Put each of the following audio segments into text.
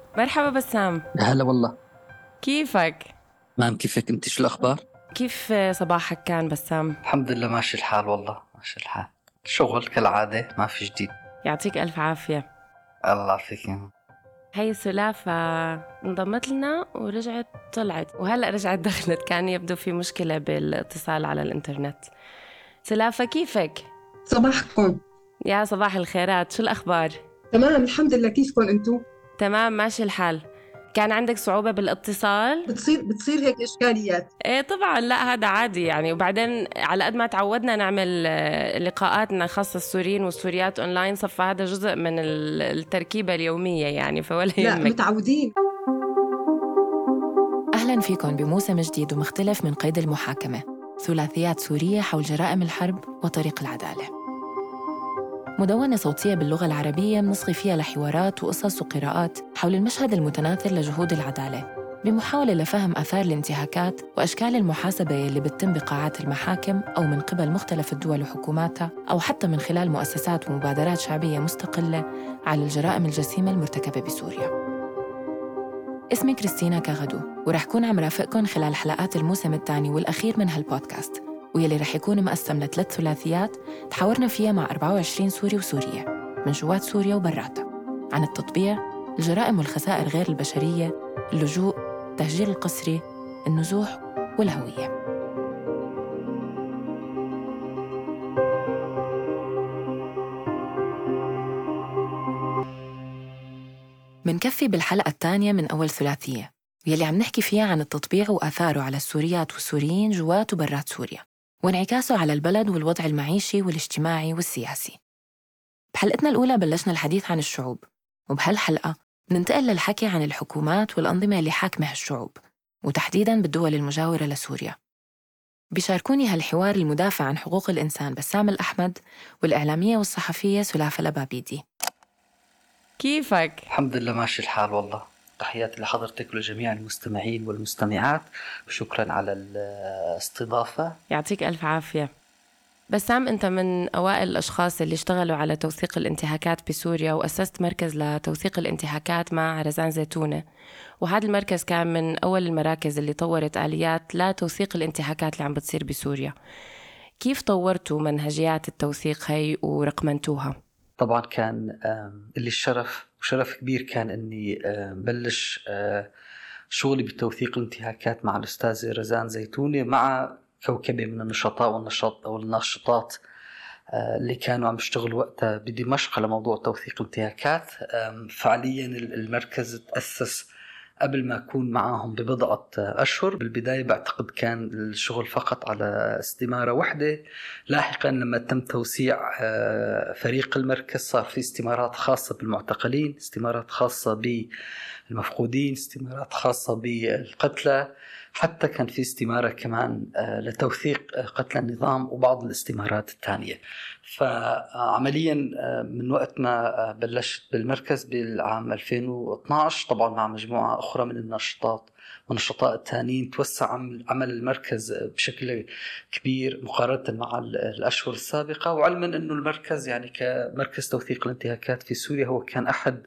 مرحبا بسام. يا هلا والله. كيفك؟ تمام، كيفك انت؟ شو الاخبار؟ كيف صباحك كان بسام؟ الحمد لله ماشي الحال، والله ماشي الحال. شغل كالعادة، ما في جديد. يعطيك ألف عافية. الله يعافيك. هي سلافة انضمت لنا ورجعت طلعت وهلأ رجعت دخلت، كان يبدو في مشكلة بالاتصال على الإنترنت. سلافة كيفك؟ صباحكم. يا صباح الخيرات، شو الأخبار؟ تمام الحمد لله، كيفكم انتو؟ تمام ماشي الحال. كان عندك صعوبة بالاتصال؟ بتصير هيك اشكاليات. ايه طبعا، لا هذا عادي يعني. وبعدين على قد ما تعودنا نعمل لقاءاتنا خاصة السوريين والسوريات اونلاين، صفى هذا جزء من التركيبة اليومية يعني، فولا لا يهمك. متعودين. أهلاً فيكم بموسم جديد ومختلف من قيد المحاكمة، ثلاثيات سورية حول جرائم الحرب وطريق العدالة. مدونة صوتية باللغة العربية بنصغي فيها لحوارات وقصص وقراءات حول المشهد المتناثر لجهود العدالة، بمحاولة لفهم آثار الانتهاكات وأشكال المحاسبة اللي بتتم بقاعات المحاكم أو من قبل مختلف الدول وحكوماتها، أو حتى من خلال مؤسسات ومبادرات شعبية مستقلة على الجرائم الجسيمة المرتكبة بسوريا. اسمي كريستينا كاغدو، ورح كون عم رافقكن خلال حلقات الموسم الثاني والأخير من هالبودكاست، واللي رح يكون مقسم ل3 ثلاثيات تحاورنا فيها مع 24 سوري وسورية من جوات سوريا وبراتها عن التطبيع، الجرائم والخسائر غير البشرية، اللجوء، التهجير القسري، النزوح والهوية. منكفي بالحلقة الثانية من أول ثلاثية، يلي عم نحكي فيها عن التطبيع وآثاره على السوريات والسوريين جوات وبرات سوريا، وانعكاسه على البلد والوضع المعيشي والاجتماعي والسياسي. بحلقتنا الأولى بلشنا الحديث عن الشعوب، وبهالحلقة ننتقل للحكي عن الحكومات والأنظمة اللي حاكمة هالشعوب، وتحديداً بالدول المجاورة لسوريا. بيشاركوني هالحوار المدافع عن حقوق الإنسان بسام الأحمد، والإعلامية والصحفية سلافة الأبابيدي. كيفك؟ الحمد لله ماشي الحال والله. تحياتي لحضرتك ولجميع المستمعين والمستمعات، وشكرا على الاستضافة. يعطيك ألف عافية. بسام، أنت من أوائل الأشخاص اللي اشتغلوا على توثيق الانتهاكات بسوريا، وأسست مركز لتوثيق الانتهاكات مع رزان زيتونة، وهذا المركز كان من أول المراكز اللي طورت آليات لتوثيق الانتهاكات اللي عم بتصير بسوريا. كيف طورتوا منهجيات التوثيق هاي ورقمنتوها؟ طبعا كان اللي الشرف وشرف كبير كان أني بلش شغلي بتوثيق الانتهاكات مع الأستاذ رزان زيتونة، مع كوكبة من النشطاء والناشطات اللي كانوا عم يشتغلوا وقتها بدمشق على موضوع توثيق الانتهاكات. فعليا المركز تأسس قبل ما أكون معاهم ببضعة أشهر. بالبداية بعتقد كان الشغل فقط على استمارة واحدة. لاحقا لما تم توسيع فريق المركز صار في استمارات خاصة بالمعتقلين، استمارات خاصة بالمفقودين، استمارات خاصة بالقتلى، حتى كان في استمارة كمان لتوثيق قتلى النظام وبعض الاستمارات الثانية. فعمليا من وقت ما بلشت بالمركز بالعام 2012 طبعا مع مجموعة أخرى من النشطات والنشطاء الثانيين توسع عمل المركز بشكل كبير مقارنة مع الأشهر السابقة. وعلما أنه المركز يعني كمركز توثيق الانتهاكات في سوريا هو كان أحد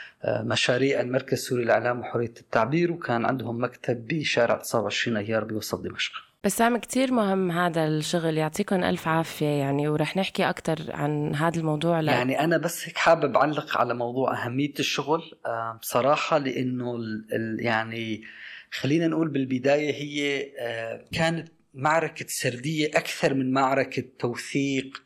مشاريع المركز السوري للإعلام وحرية التعبير، وكان عندهم مكتب بشارع 29 أيار بوسط دمشق. بسام، كتير مهم هذا الشغل، يعطيكم ألف عافية يعني، ورح نحكي أكتر عن هذا الموضوع. يعني أنا بس هيك حابب أعلق على موضوع أهمية الشغل بصراحة، لأنه يعني خلينا نقول بالبداية هي كانت معركة سردية أكثر من معركة توثيق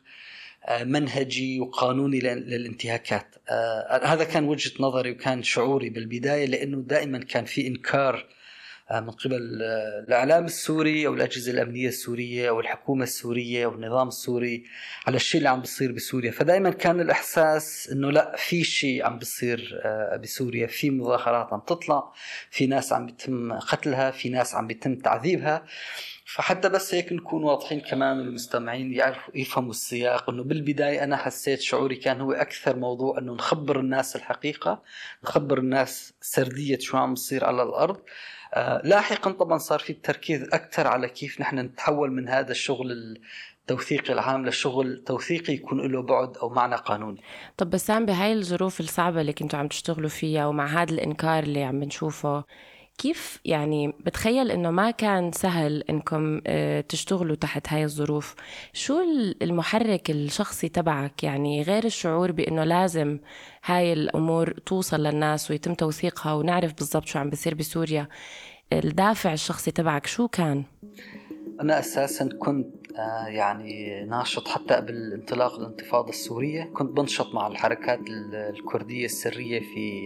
منهجي وقانوني للانتهاكات. هذا كان وجهة نظري وكان شعوري بالبداية، لأنه دائما كان في إنكار من قبل الإعلام السوري أو الأجهزة الأمنية السورية أو الحكومة السورية والنظام السوري على الشيء اللي عم بيصير بسوريا. فدائما كان الإحساس إنه لا، في شيء عم بيصير بسوريا، في مظاهرات عم تطلع، في ناس عم بيتم قتلها، في ناس عم بيتم تعذيبها. فحتى بس هيك نكون واضحين كمان المستمعين يعرفوا يفهموا السياق، إنه بالبداية أنا حسيت شعوري كان هو أكثر موضوع إنه نخبر الناس الحقيقة، نخبر الناس سردية شو عم بيصير على الأرض. لاحقا طبعا صار في التركيز أكثر على كيف نحن نتحول من هذا الشغل التوثيق العام للشغل توثيقي يكون له بعد أو معنى قانوني. طب بسام، بهاي الظروف الصعبة اللي كنتوا عم تشتغلوا فيها ومع هذا الإنكار اللي عم بنشوفه، كيف يعني بتخيل إنه ما كان سهل إنكم تشتغلوا تحت هاي الظروف؟ شو المحرك الشخصي تبعك، يعني غير الشعور بإنه لازم هاي الأمور توصل للناس ويتم توثيقها ونعرف بالضبط شو عم بيصير بسوريا؟ الدافع الشخصي تبعك شو كان؟ أنا أساساً كنت يعني ناشط حتى قبل انطلاق الانتفاضة السورية. كنت بنشط مع الحركات الكردية السرية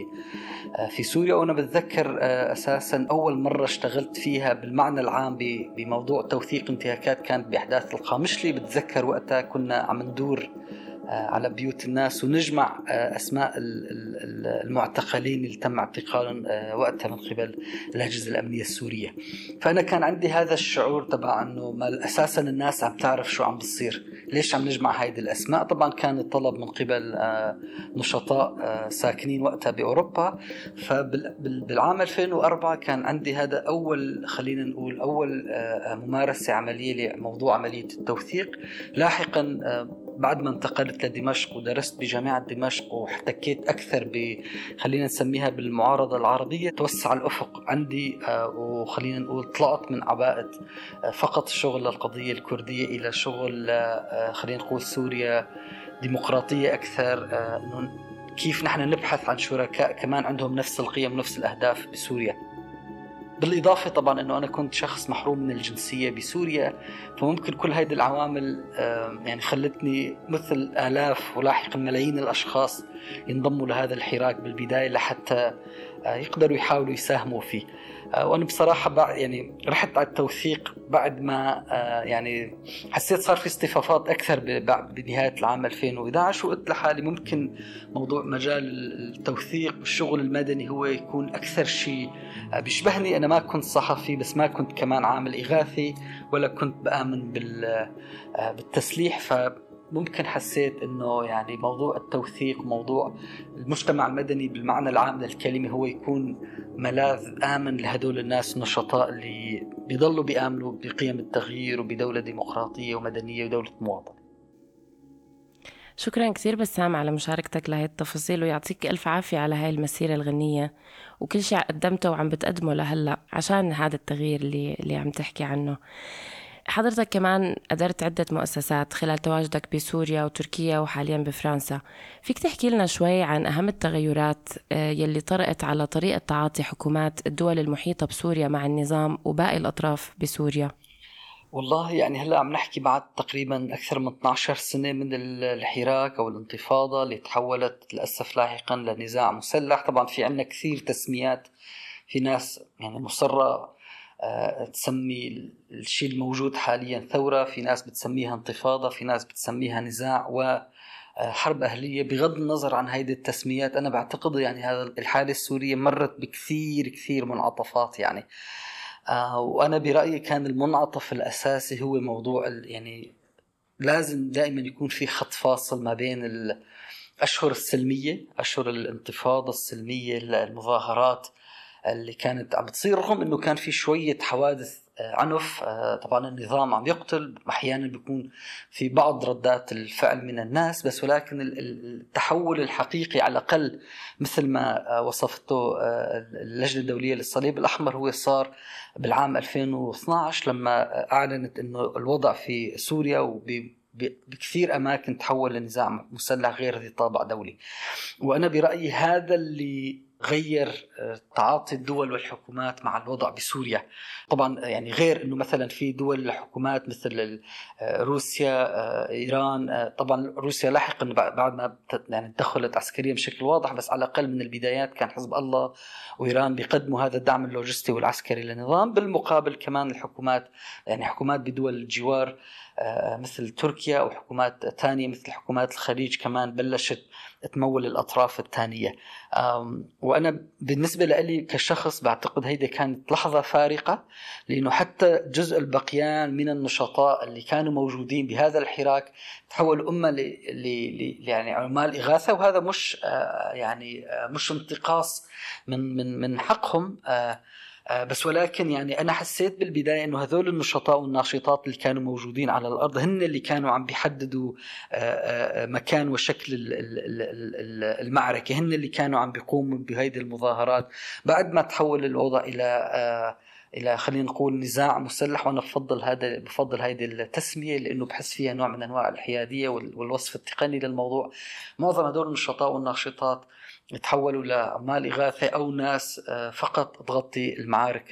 في سوريا. وأنا بتذكر أساساً أول مرة اشتغلت فيها بالمعنى العام بموضوع توثيق انتهاكات كانت بأحداث القامشلي. بتذكر وقتها كنا عم ندور على بيوت الناس ونجمع أسماء المعتقلين اللي تم اعتقالهم وقتها من قبل الأجهزة الأمنية السورية. فأنا كان عندي هذا الشعور تبع أنه ما أساساً الناس عم تعرف شو عم بصير، ليش عم نجمع هيدي الأسماء. طبعاً كان الطلب من قبل نشطاء ساكنين وقتها بأوروبا. فبالعام 2004 كان عندي هذا أول، خلينا نقول أول ممارسة عملية لموضوع عملية التوثيق. لاحقاً بعد ما انتقلت لدمشق ودرست بجامعة دمشق واحتكيت أكثر خلينا نسميها بالمعارضة العربية، توسع الأفق عندي وخلينا نقول طلعت من عباءة فقط شغل القضية الكردية إلى شغل خلينا نقول سوريا ديمقراطية أكثر. كيف نحن نبحث عن شركاء كمان عندهم نفس القيم ونفس الأهداف بسوريا. بالإضافة طبعاً أنه أنا كنت شخص محروم من الجنسية بسوريا، فممكن كل هذه العوامل يعني خلتني مثل آلاف ولاحقاً ملايين الأشخاص ينضموا لهذا الحراك بالبداية لحتى يقدروا يحاولوا يساهموا فيه. وأنا بصراحة يعني رحت على التوثيق بعد ما يعني حسيت صار في اصطفافات أكثر بنهاية العام 2011، وقلت لحالي ممكن موضوع مجال التوثيق والشغل المدني هو يكون أكثر شيء بيشبهني. أنا ما كنت صحفي، بس ما كنت كمان عامل إغاثي ولا كنت بآمن بالتسليح. ممكن حسيت إنه يعني موضوع التوثيق وموضوع المجتمع المدني بالمعنى العام للكلمة هو يكون ملاذ آمن لهدول الناس النشطاء اللي بيضلوا بيآمنوا بقيم التغيير وبدولة ديمقراطية ومدنية ودولة مواطنة. شكرا كثير بسام على مشاركتك لهي التفاصيل، ويعطيك ألف عافية على هاي المسيرة الغنية وكل شيء قدمته وعم بتقدمه لهلأ عشان هذا التغيير اللي عم تحكي عنه. حضرتك كمان أدرت عدة مؤسسات خلال تواجدك بسوريا وتركيا وحاليا بفرنسا. فيك تحكي لنا شوي عن أهم التغيرات يلي طرقت على طريقة تعاطي حكومات الدول المحيطة بسوريا مع النظام وباقي الأطراف بسوريا؟ والله يعني هلأ عم نحكي بعد تقريبا أكثر من 12 سنة من الحراك أو الانتفاضة اللي تحولت للأسف لاحقا لنزاع مسلح. طبعا في عنا كثير تسميات، في ناس يعني مصرة تسمي الشيء الموجود حاليا ثورة، في ناس بتسميها انتفاضة، في ناس بتسميها نزاع وحرب أهلية. بغض النظر عن هذه التسميات أنا بعتقد يعني هذا الحالة السورية مرت بكثير كثير منعطفات يعني. وأنا برأيي كان المنعطف الأساسي هو موضوع يعني لازم دائما يكون في خط فاصل ما بين الأشهر السلمية، أشهر الانتفاضة السلمية، المظاهرات اللي كانت عم بتصير رغم انه كان في شوية حوادث عنف. طبعا النظام عم يقتل، احيانا بيكون في بعض ردات الفعل من الناس، بس ولكن التحول الحقيقي على الاقل مثل ما وصفته اللجنة الدولية للصليب الاحمر هو صار بالعام 2012 لما اعلنت انه الوضع في سوريا بكثير اماكن تحول لنزاع مسلح غير ذي طابع دولي. وانا برأيي هذا اللي غير تعاطي الدول والحكومات مع الوضع بسوريا. طبعا يعني غير انه مثلا في دول الحكومات مثل روسيا، ايران. طبعا روسيا لاحقا بعد ما يعني دخلت عسكريا بشكل واضح، بس على الاقل من البدايات كان حزب الله وايران بيقدموا هذا الدعم اللوجستي والعسكري للنظام. بالمقابل كمان الحكومات يعني حكومات بدول الجوار مثل تركيا وحكومات تانية مثل حكومات الخليج كمان بلشت تمول الأطراف الثانية. وأنا بالنسبة لي كشخص بعتقد هيدا كانت لحظة فارقة، لأنه حتى جزء البقيان من النشطاء اللي كانوا موجودين بهذا الحراك تحول أمة يعني عمال إغاثة. وهذا مش يعني مش انتقاص من حقهم، بس ولكن يعني أنا حسيت بالبداية إنه هذول النشطاء والناشطات اللي كانوا موجودين على الأرض هن اللي كانوا عم بيحددوا مكان وشكل المعركة، هن اللي كانوا عم بيقوموا بهذه المظاهرات بعد ما تحول الوضع إلى خلينا نقول نزاع مسلح. وأنا بفضل هذه التسمية لأنه بحس فيها نوع من أنواع الحيادية والوصف التقني للموضوع. معظم هذول النشطاء والناشطات تحولوا لعمال إغاثة أو ناس فقط تغطي المعارك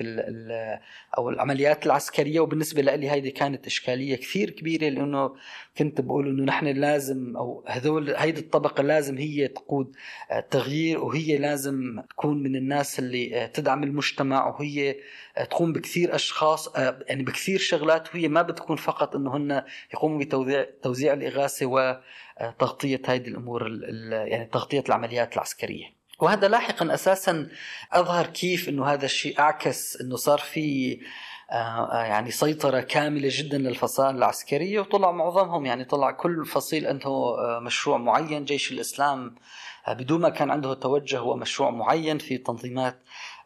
أو العمليات العسكرية. وبالنسبة لي هذه كانت إشكالية كثير كبيرة، لأنه كنت بقول إنه نحن لازم أو هيدي الطبقة لازم هي تقود التغيير، وهي لازم تكون من الناس اللي تدعم المجتمع، وهي تقوم بكثير أشخاص يعني بكثير شغلات، وهي ما بتكون فقط إنه هن يقوموا بتوزيع الإغاثة وتغطية هذه الأمور يعني تغطية العمليات العسكرية. وهذا لاحقا أساسا أظهر كيف إنه هذا الشيء أعكس إنه صار في يعني سيطرة كاملة جدا للفصائل العسكرية، وطلع معظمهم يعني طلع كل فصيل عنده مشروع معين. جيش الإسلام بدون ما كان عنده توجه هو مشروع معين في تنظيمات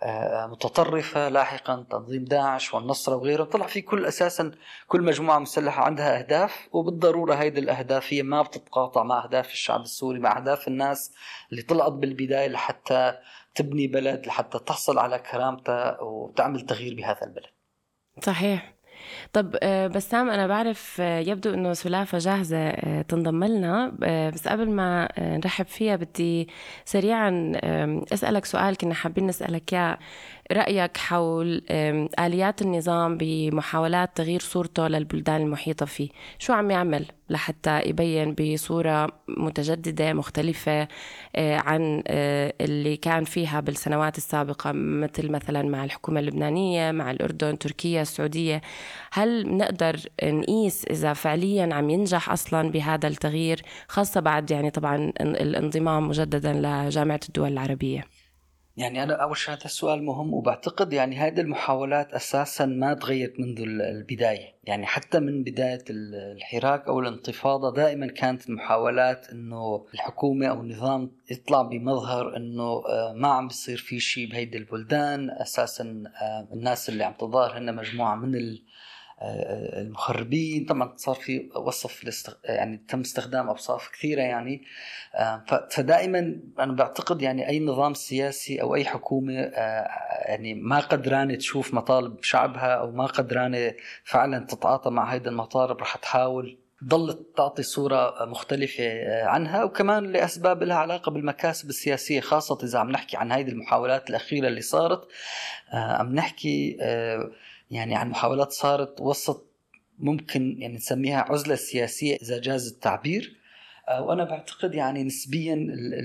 متطرفة، لاحقا تنظيم داعش والنصرة وغيره، طلع في كل مجموعة مسلحة عندها أهداف، وبالضرورة هيدي الأهداف هي ما بتتقاطع مع أهداف الشعب السوري، مع أهداف الناس اللي طلعت بالبداية لحتى تبني بلد، لحتى تحصل على كرامتها وتعمل تغيير بهذا البلد. صحيح. طب بسام، أنا بعرف يبدو أنه سلافة جاهزة تنضم لنا، بس قبل ما نرحب فيها بدي سريعا أسألك سؤال كنا حابين نسألك إياه. رأيك حول آليات النظام بمحاولات تغيير صورته للبلدان المحيطة فيه؟ شو عم يعمل لحتى يبين بصورة متجددة مختلفة عن اللي كان فيها بالسنوات السابقة، مثلا مع الحكومة اللبنانية، مع الأردن، تركيا، السعودية؟ هل نقدر نقيس إذا فعليا عم ينجح أصلا بهذا التغيير، خاصة بعد يعني طبعا الانضمام مجددا لجامعة الدول العربية؟ يعني أنا أول شيء هذا السؤال مهم، وبعتقد يعني هذه المحاولات أساساً ما تغيرت منذ البداية. يعني حتى من بداية الحراك أو الانتفاضة دائماً كانت المحاولات إنه الحكومة أو النظام يطلع بمظهر إنه ما عم بيصير في شيء بهيدي البلدان. أساساً الناس اللي عم تظاهر هن مجموعة من المخربين. طبعا صار في يعني تم استخدام أوصاف كثيرة يعني. فدائما أنا بعتقد يعني أي نظام سياسي أو أي حكومة يعني ما قدرانة تشوف مطالب شعبها أو ما قدرانة فعلا تتعاطى مع هيدا المطالب رح تحاول ضلت تعطي صورة مختلفة عنها، وكمان لأسباب لها علاقة بالمكاسب السياسية، خاصة إذا عم نحكي عن هيدي المحاولات الأخيرة اللي صارت. عم نحكي يعني عن محاولات صارت وسط ممكن يعني نسميها عزلة سياسية إذا جاز التعبير. وأنا بعتقد يعني نسبيا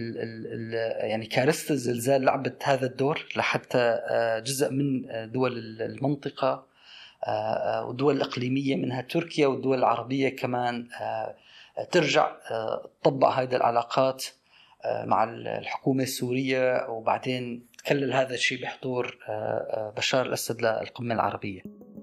يعني كارثة الزلزال لعبت هذا الدور لحتى جزء من دول المنطقة ودول الإقليمية منها تركيا والدول العربية كمان ترجع تطبق هذه العلاقات مع الحكومة السورية، وبعدين تكلل هذا الشيء بحضور بشار الأسد للقمة العربية.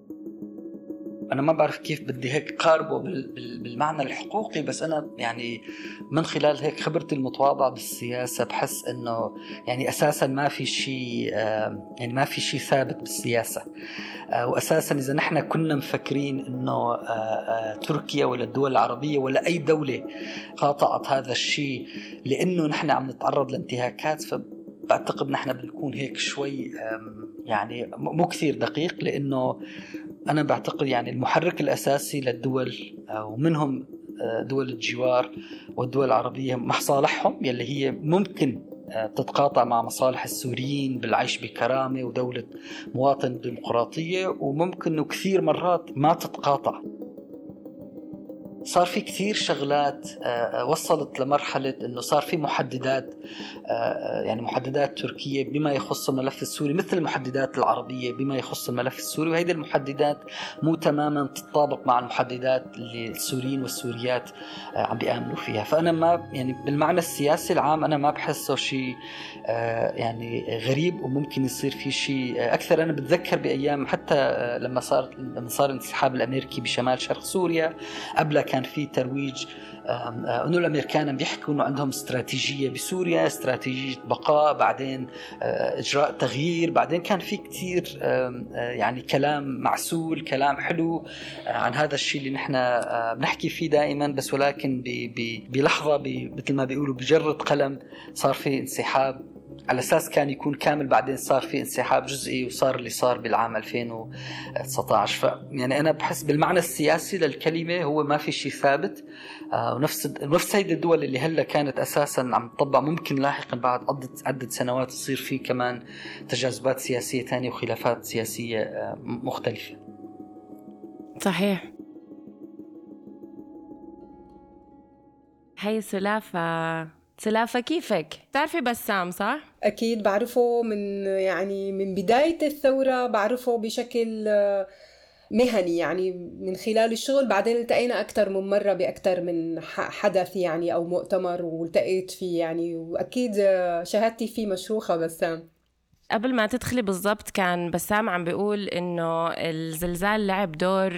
أنا ما بعرف كيف بدي هيك قاربه بالمعنى الحقوقي، بس أنا يعني من خلال هيك خبرتي المتواضعة بالسياسة بحس إنه يعني أساساً ما في شيء يعني ما في شيء ثابت بالسياسة. وأساساً إذا نحن كنا مفكرين إنه تركيا ولا الدول العربية ولا أي دولة قاطعت هذا الشيء لأنه نحن عم نتعرض لانتهاكات، فبعتقد نحن بنكون هيك شوي يعني مو كثير دقيق. لأنه أنا بعتقد يعني المحرك الأساسي للدول ومنهم دول الجوار والدول العربية مصالحهم يلي هي ممكن تتقاطع مع مصالح السوريين بالعيش بكرامة ودولة مواطن ديمقراطية، وممكن كثير مرات ما تتقاطع. صار في كثير شغلات وصلت لمرحلة أنه صار في محددات يعني محددات تركية بما يخص الملف السوري مثل المحددات العربية بما يخص الملف السوري، وهذه المحددات مو تماما تتطابق مع المحددات اللي السوريين والسوريات عم بيآمنوا فيها. فأنا ما يعني بالمعنى السياسي العام أنا ما بحسه شيء يعني غريب وممكن يصير فيه شيء أكثر. أنا بتذكر بأيام حتى لما صار الانسحاب الأمريكي بشمال شرق سوريا، قبل كان في ترويج أنه الأمريكان بيحكوا أنه عندهم استراتيجية بسوريا، استراتيجية بقاء، بعدين إجراء تغيير، بعدين كان في كتير يعني كلام معسول، كلام حلو عن هذا الشيء اللي نحن بنحكي فيه دائما، بس ولكن بلحظة مثل ما بيقولوا بجرة قلم صار في انسحاب على أساس كان يكون كامل، بعدين صار في انسحاب جزئي وصار اللي صار بالعام 2019. يعني أنا بحس بالمعنى السياسي للكلمة هو ما في شيء ثابت، ونفس هيدي الدول اللي هلا كانت أساسا عم تطبع ممكن لاحقا بعد عدة سنوات تصير فيه كمان تجاذبات سياسية تانية وخلافات سياسية مختلفة. صحيح. هاي سلافة كيفك؟ تعرفي بسام صح؟ أكيد بعرفه من بداية الثورة، بعرفه بشكل مهني يعني من خلال الشغل. بعدين التقينا أكثر من مرة بأكثر من حدث يعني أو مؤتمر والتقيت فيه يعني، وأكيد شهادتي فيه مشروخة. بسام قبل ما تدخلي بالضبط كان بسام عم بيقول إنه الزلزال لعب دور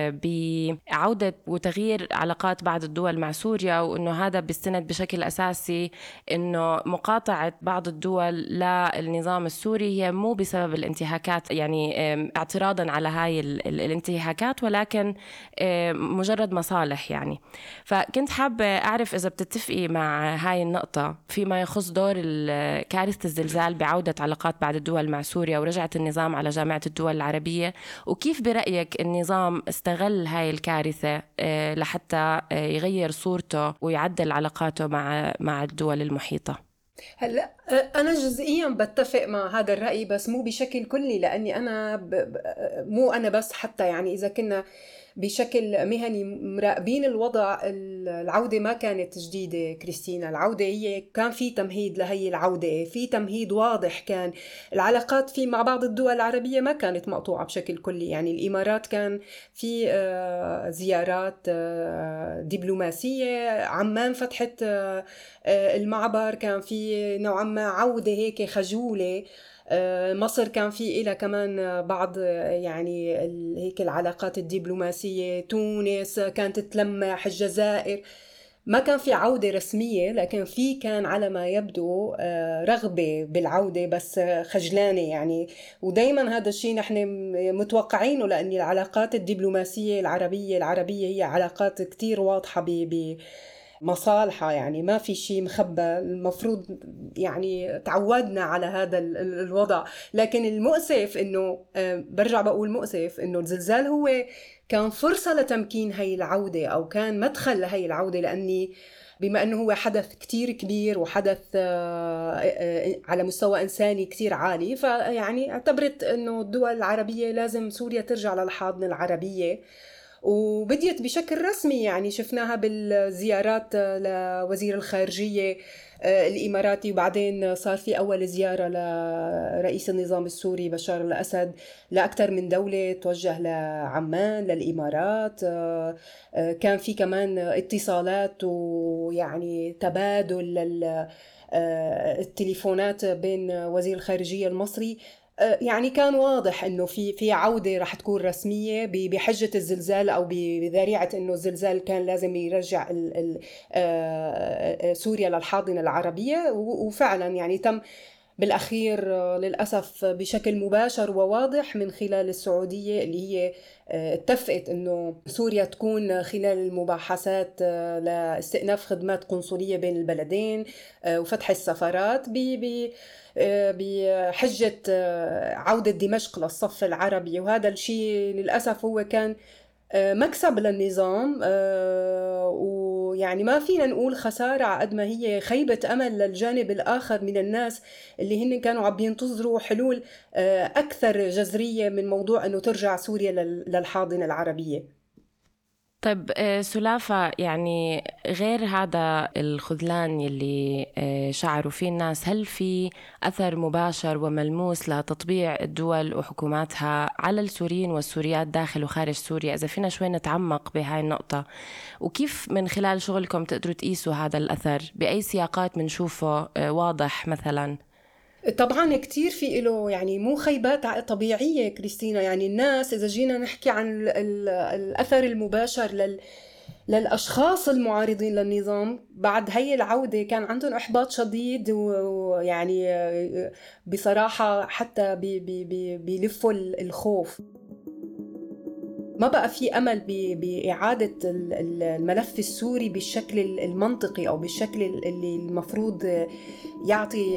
بعودة وتغيير علاقات بعض الدول مع سوريا، وإنه هذا بيستند بشكل أساسي إنه مقاطعة بعض الدول للنظام السوري هي مو بسبب الانتهاكات، يعني اعتراضا على هاي الانتهاكات، ولكن مجرد مصالح يعني. فكنت حابة أعرف إذا بتتفقي مع هاي النقطة فيما يخص دور كارثة الزلزال بعودة علاقات بعد الدول مع سوريا ورجعة النظام على جامعة الدول العربية، وكيف برأيك النظام استغل هاي الكارثة لحتى يغير صورته ويعدل علاقاته مع الدول المحيطة؟ هلا أنا جزئيا بتفق مع هذا الرأي بس مو بشكل كلي، لأني أنا مو أنا بس، حتى يعني إذا كنا بشكل مهني مراقبين الوضع، العودة ما كانت جديدة كريستينا. العودة هي كان في تمهيد لهي العودة، في تمهيد واضح. كان العلاقات في مع بعض الدول العربية ما كانت مقطوعة بشكل كلي، يعني الإمارات كان في زيارات دبلوماسية، عمان فتحت المعبر، كان في نوعا ما عودة هيك خجولة. مصر كان في إلى كمان بعض يعني هيك العلاقات الدبلوماسية، تونس كانت تلمح، الجزائر ما كان في عودة رسمية، لكن في كان على ما يبدو رغبة بالعودة بس خجلانة يعني. ودايما هذا الشيء نحن متوقعينه، لأن العلاقات الدبلوماسية العربية هي علاقات كتير واضحة مصالحة، يعني ما في شيء مخبى. المفروض يعني تعودنا على هذا الوضع. لكن المؤسف انه برجع بقول مؤسف انه الزلزال هو كان فرصة لتمكين هاي العودة، او كان مدخل لهي العودة، لاني بما انه هو حدث كتير كبير وحدث على مستوى انساني كتير عالي، فيعني اعتبرت انه الدول العربية لازم سوريا ترجع للحاضنة العربية، وبديت بشكل رسمي. يعني شفناها بالزيارات لوزير الخارجية الإماراتي، وبعدين صار في أول زيارة لرئيس النظام السوري بشار الأسد لأكثر من دولة، توجه لعمان للإمارات. كان في كمان اتصالات ويعني تبادل التليفونات بين وزير الخارجية المصري. يعني كان واضح انه في عودة رح تكون رسمية بحجة الزلزال، او بذريعة انه الزلزال كان لازم يرجع سوريا للحاضنة العربية. وفعلا يعني تم بالأخير للأسف بشكل مباشر وواضح من خلال السعودية، اللي هي اتفقت أنه سوريا تكون خلال المباحثات لاستئناف خدمات قنصلية بين البلدين وفتح السفارات بحجة عودة دمشق للصف العربي. وهذا الشيء للأسف هو كان مكسب للنظام، ويعني ما فينا نقول خسارة قد ما هي خيبة أمل للجانب الآخر من الناس اللي هن كانوا عم ينتظروا حلول أكثر جذرية من موضوع أنه ترجع سوريا للحاضنة العربية. طيب سلافة، يعني غير هذا الخذلان يلي شعروا فيه الناس، هل في أثر مباشر وملموس لتطبيع الدول وحكوماتها على السوريين والسوريات داخل وخارج سوريا؟ إذا فينا شوي نتعمق بهاي النقطة، وكيف من خلال شغلكم تقدروا تقيسوا هذا الأثر؟ بأي سياقات منشوفه واضح مثلاً؟ طبعا كتير في له يعني مو خيبات طبيعية كريستينا. يعني الناس إذا جينا نحكي عن الأثر المباشر للأشخاص المعارضين للنظام بعد هي العودة كان عندهم إحباط شديد، ويعني بصراحة حتى بيلفوا الخوف. ما بقى في أمل بإعادة الملف السوري بالشكل المنطقي أو بالشكل اللي المفروض يعطي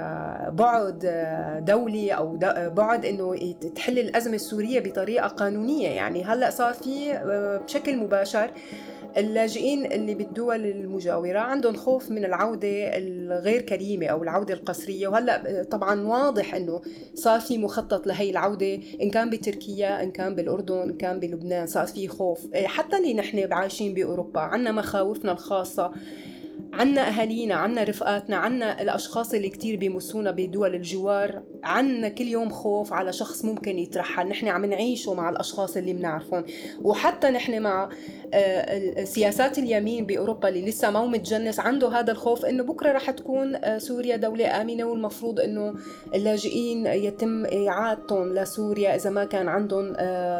بعد دولي أو بعد إنه تحل الأزمة السورية بطريقة قانونية. يعني هلأ صار في بشكل مباشر اللاجئين اللي بالدول المجاورة عندهم خوف من العودة الغير كريمة أو العودة القسرية، وهلأ طبعا واضح أنه صار في مخطط لهي العودة، إن كان بتركيا إن كان بالأردن إن كان بلبنان صار في خوف. حتى اللي نحن عايشين بأوروبا عنا مخاوفنا الخاصة، عنا أهالينا، عنا رفقاتنا، عنا الأشخاص اللي كتير بيمسونا بدول الجوار، عنا كل يوم خوف على شخص ممكن يترحل. نحن عم نعيشه مع الأشخاص اللي بنعرفهم، وحتى نحن مع سياسات اليمين بأوروبا اللي لسه ما متجنس عنده هذا الخوف إنه بكرة رح تكون سوريا دولة آمنة، والمفروض إنه اللاجئين يتم إعادتهم لسوريا إذا ما كان عندهم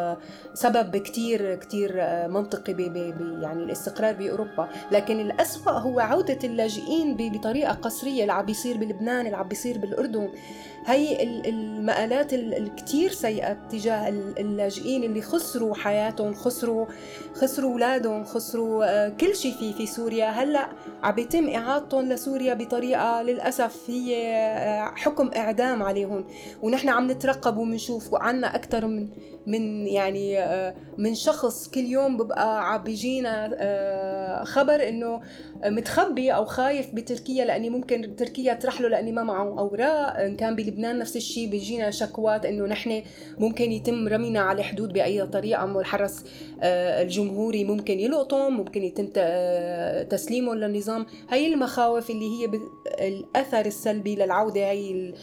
سبب كتير منطقي يعني الاستقرار بأوروبا. لكن الأسوأ هو عودة اللاجئين بطريقة قسرية، اللي عم بيصير بلبنان، اللي عم بيصير بالأردن. هي المآلات الكتير سيئة تجاه اللاجئين اللي خسروا حياتهم، خسروا أولادهم، خسروا كل شيء في سوريا. هلأ عم بيتم إعادتهم لسوريا بطريقة للأسف هي حكم إعدام عليهم، ونحن عم نترقب ومنشوف. وعنا أكتر من يعني من شخص كل يوم ببقى عم بيجينا خبر إنه متخبي أو خايف بتركيا لأني ممكن تركيا ترحله لأني ما معه أوراق. إن كان بلبنان نفس الشيء، بيجينا شكوات إنه نحن ممكن يتم رمينا على الحدود بأي طريقة، والحرس الجمهوري ممكن يلقطهم، ممكن يتم تسليمهم للنظام. هاي المخاوف اللي هي الأثر السلبي للعودة، هاي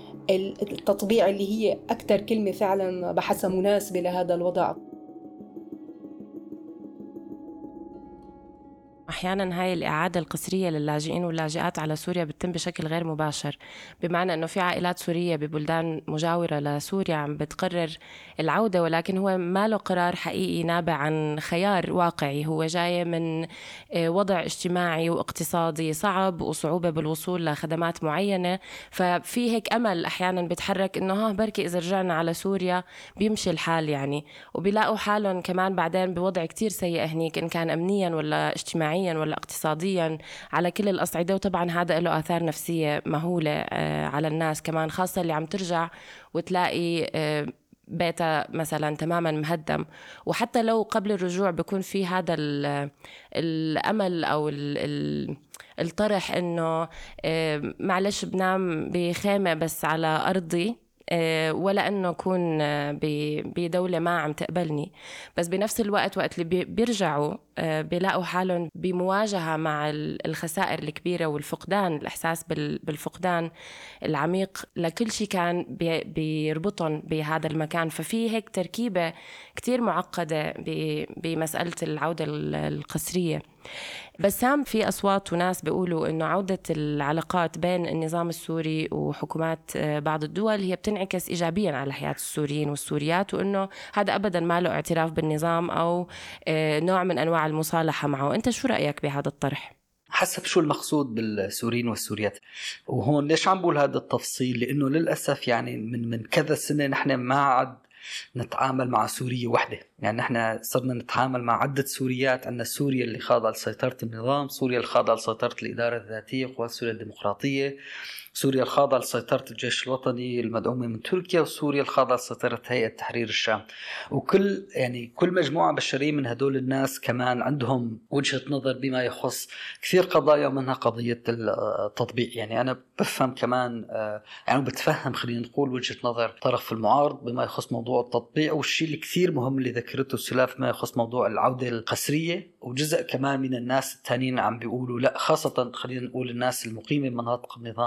التطبيع اللي هي أكتر كلمة فعلا بحسها مناسبة لهذا الوضع. أحياناً هاي الإعادة القسرية للاجئين واللاجئات على سوريا بتتم بشكل غير مباشر، بمعنى أنه في عائلات سورية ببلدان مجاورة لسوريا عم بتقرر العودة، ولكن هو ما له قرار حقيقي نابع عن خيار واقعي، هو جاي من وضع اجتماعي واقتصادي صعب وصعوبة بالوصول لخدمات معينة. ففي هيك أمل أحياناً بتحرك أنه بركي إذا رجعنا على سوريا بيمشي الحال يعني، وبيلاقوا حالهم كمان بعدين بوضع كتير سيء هنيك، إن كان أمنياً ولا اجتماعياً ولا اقتصاديا على كل الأصعدة. وطبعا هذا له آثار نفسية مهولة على الناس كمان، خاصة اللي عم ترجع وتلاقي بيتها مثلا تماما مهدم. وحتى لو قبل الرجوع بيكون في هذا الأمل أو الطرح إنه معلش بنام بخيمة بس على أرضي، ولا أنه أكون بدولة ما عم تقبلني. بس بنفس الوقت وقت اللي بيرجعوا بيلاقوا حالهم بمواجهة مع الخسائر الكبيرة والفقدان، الإحساس بالفقدان العميق لكل شيء كان بيربطهم بهذا المكان. ففي هيك تركيبة كتير معقدة بمسألة العودة القسرية. بسام، في أصوات وناس بيقولوا إنه عودة العلاقات بين النظام السوري وحكومات بعض الدول هي بتنعكس إيجابياً على حياة السوريين والسوريات، وإنه هذا أبداً ما له اعتراف بالنظام أو نوع من أنواع المصالحة معه. أنت شو رأيك بهذا الطرح؟ حسب شو المقصود بالسوريين والسوريات. وهون ليش عم بقول هذا التفصيل؟ لأنه للأسف يعني من كذا سنة نحن ما عاد نتعامل مع سورية واحدة، يعني نحن صرنا نتعامل مع عدة سوريات. عندنا سوريا اللي خاضعة لسيطرة النظام، سوريا اللي خاضعة لسيطرة الإدارة الذاتية قوات سوريا الديمقراطية، سوريا الخاضعة لسيطرة الجيش الوطني المدعومة من تركيا، وسوريا الخاضعة لسيطرة هيئة تحرير الشام. وكل كل مجموعة بشرية من هدول الناس كمان عندهم وجهة نظر بما يخص كثير قضايا، منها قضية التطبيع. يعني أنا بفهم كمان يعني بتفهم خلينا نقول وجهة نظر طرف المعارض بما يخص موضوع التطبيع، والشيء اللي كثير مهم اللي ذكرته سلاف ما يخص موضوع العودة القسرية. وجزء كمان من الناس التانيين عم بيقولوا لا، خاصة خلينا نقول الناس المقيمة بمناطق النظام يلي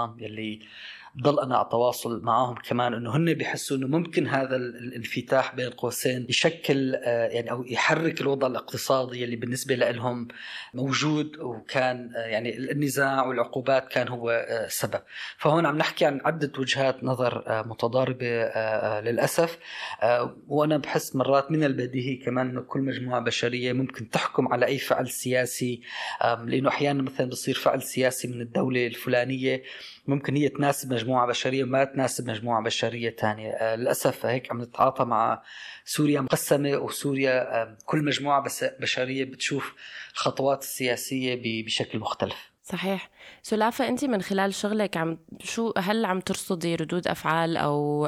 اللي ضل أنا على تواصل معهم كمان، إنه هن بيحسوا إنه ممكن هذا الانفتاح بين قوسين يشكل يعني أو يحرك الوضع الاقتصادي اللي بالنسبة لهم موجود، وكان يعني النزاع والعقوبات كان هو سبب. فهون عم نحكي عن عدة وجهات نظر متضاربة للأسف. وأنا بحس مرات من البديهي كمان إنه كل مجموعة بشرية ممكن تحكم على أي فعل سياسي، لأنه أحيانا مثلا بصير فعل سياسي من الدولة الفلانية ممكن هي تناسب مجموعة بشرية وما تناسب مجموعة بشرية تانية. للأسف هيك عم نتعاطى مع سوريا مقسمة، وسوريا كل مجموعة بشرية بتشوف الخطوات السياسية بشكل مختلف. صحيح. سلافة، أنت من خلال شغلك هل عم ترصدي ردود أفعال أو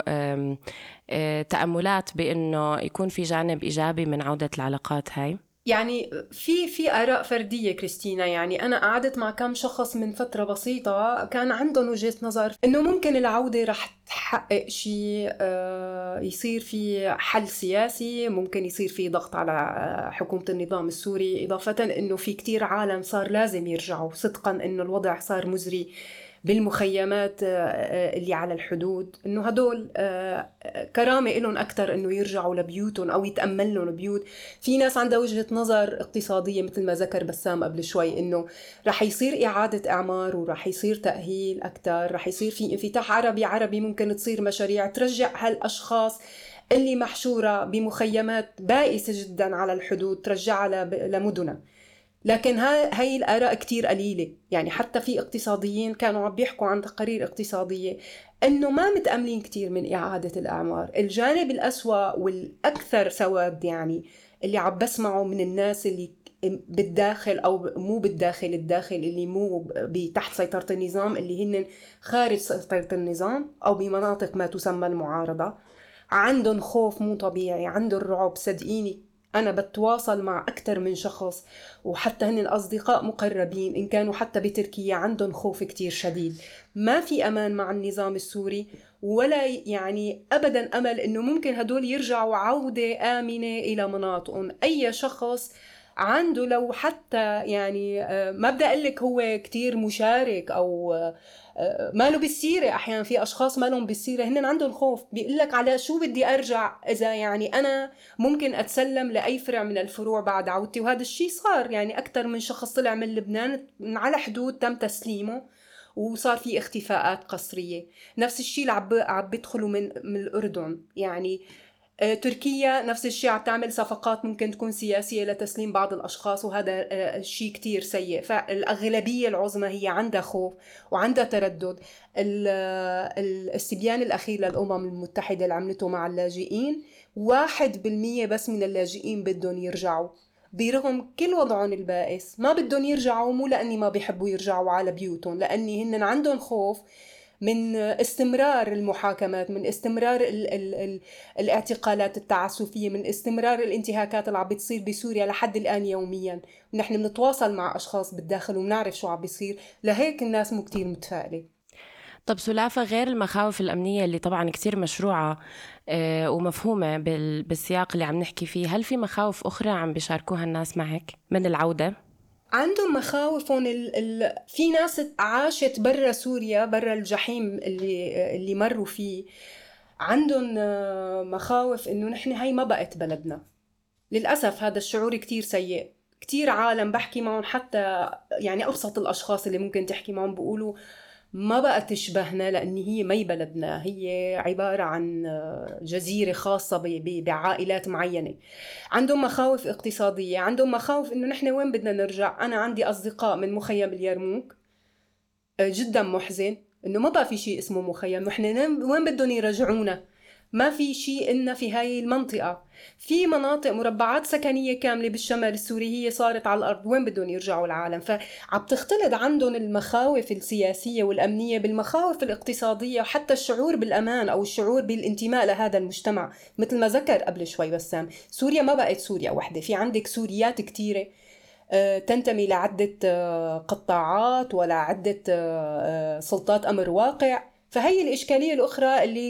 تأملات بأنه يكون في جانب إيجابي من عودة العلاقات هاي؟ يعني في آراء فردية كريستينا. يعني أنا قعدت مع كم شخص من فترة بسيطة كان عندهم وجهة نظر إنه ممكن العودة رح تحقق شيء، يصير في حل سياسي، ممكن يصير في ضغط على حكومة النظام السوري، إضافة إنه في كتير عالم صار لازم يرجعوا صدقاً، إنه الوضع صار مزري بالمخيمات اللي على الحدود، إنه هدول كرامة إلهم أكتر إنه يرجعوا لبيوتهم أو يتأمل لهم بيوت. في ناس عندها وجهة نظر اقتصادية مثل ما ذكر بسام قبل شوي، إنه رح يصير إعادة إعمار ورح يصير تأهيل أكتر، رح يصير في انفتاح عربي ممكن تصير مشاريع ترجع هالأشخاص اللي محشورة بمخيمات بائسة جدا على الحدود ترجعها لمدنها. لكن هاي الآراء كتير قليلة. يعني حتى في اقتصاديين كانوا عم بيحكوا عن تقارير اقتصادية أنه ما متأملين كتير من إعادة الأعمار. الجانب الأسوأ والأكثر سواد يعني اللي عم بسمعه من الناس اللي بالداخل أو مو بالداخل، الداخل اللي مو تحت سيطرة النظام، اللي هن خارج سيطرة النظام أو بمناطق ما تسمى المعارضة، عندهم خوف مو طبيعي، عندهم رعب. صدقيني أنا بتواصل مع أكثر من شخص وحتى هن الأصدقاء مقربين إن كانوا حتى بتركيا، عندهم خوف كتير شديد. ما في أمان مع النظام السوري، ولا يعني أبدا أمل إنه ممكن هدول يرجعوا عودة آمنة إلى مناطقهم. أي شخص عنده لو حتى يعني ما بدي أقول لك هو كتير مشارك أو ماله بالسيرة، أحيانا في أشخاص مالهم بالسيرة هن عندهم خوف، بيقولك على شو بدي أرجع إذا يعني أنا ممكن أتسلم لأي فرع من الفروع بعد عودتي. وهذا الشيء صار، يعني أكتر من شخص طلع من لبنان من على حدود تم تسليمه وصار في اختفاءات قسرية. نفس الشيء عم بيدخلوا من الأردن. يعني تركيا نفس الشيء عم تعمل صفقات ممكن تكون سياسية لتسليم بعض الأشخاص، وهذا الشيء كتير سيء. فالأغلبية العظمى هي عندها خوف وعندها تردد. الاستبيان الأخير للأمم المتحدة اللي عملته مع اللاجئين 1% بس من اللاجئين بدهم يرجعوا، برغم كل وضعهم البائس ما بدهم يرجعوا. مو لأني ما بيحبوا يرجعوا على بيوتهم، لأني هن عندهم خوف من استمرار المحاكمات، من استمرار الاعتقالات التعسفية، من استمرار الانتهاكات اللي عم بتصير بسوريا لحد الآن يوميا. ونحن بنتواصل مع أشخاص بالداخل وبنعرف شو عم بيصير، لهيك الناس مو كتير متفائلة. طب سلافة، غير المخاوف الأمنية اللي طبعا كتير مشروعة ومفهومة بالسياق اللي عم نحكي فيه، هل في مخاوف أخرى عم بيشاركوها الناس معك من العودة؟ عندهم مخاوفهم في ناس عاشت برا سوريا، برا الجحيم اللي مروا فيه، عندهم مخاوف إنه نحن هاي ما بقت بلدنا. للأسف هذا الشعور كتير سيء. كتير عالم بحكي معهم، حتى يعني أبسط الأشخاص اللي ممكن تحكي معهم بيقولوا ما بقى تشبهنا، لأن هي مي بلدنا، هي عبارة عن جزيرة خاصة بعائلات معينة. عندهم مخاوف اقتصادية، عندهم مخاوف إنه نحن وين بدنا نرجع. أنا عندي أصدقاء من مخيم اليرموك، جدا محزن إنه ما بقى في شيء اسمه مخيم، نحن وين بدهم يرجعونا؟ ما في شيء إلنا في هاي المنطقة. في مناطق مربعات سكنية كاملة بالشمال السوري هي صارت على الأرض، وين بدهم يرجعوا العالم؟ فعم تختلط عندهم المخاوف السياسية والأمنية بالمخاوف الاقتصادية، وحتى الشعور بالأمان أو الشعور بالانتماء لهذا المجتمع. مثل ما ذكر قبل شوي بسام، سوريا ما بقت سوريا واحدة، في عندك سوريات كتيرة تنتمي لعدة قطاعات ولا عدة سلطات أمر واقع. فهي الإشكالية الأخرى اللي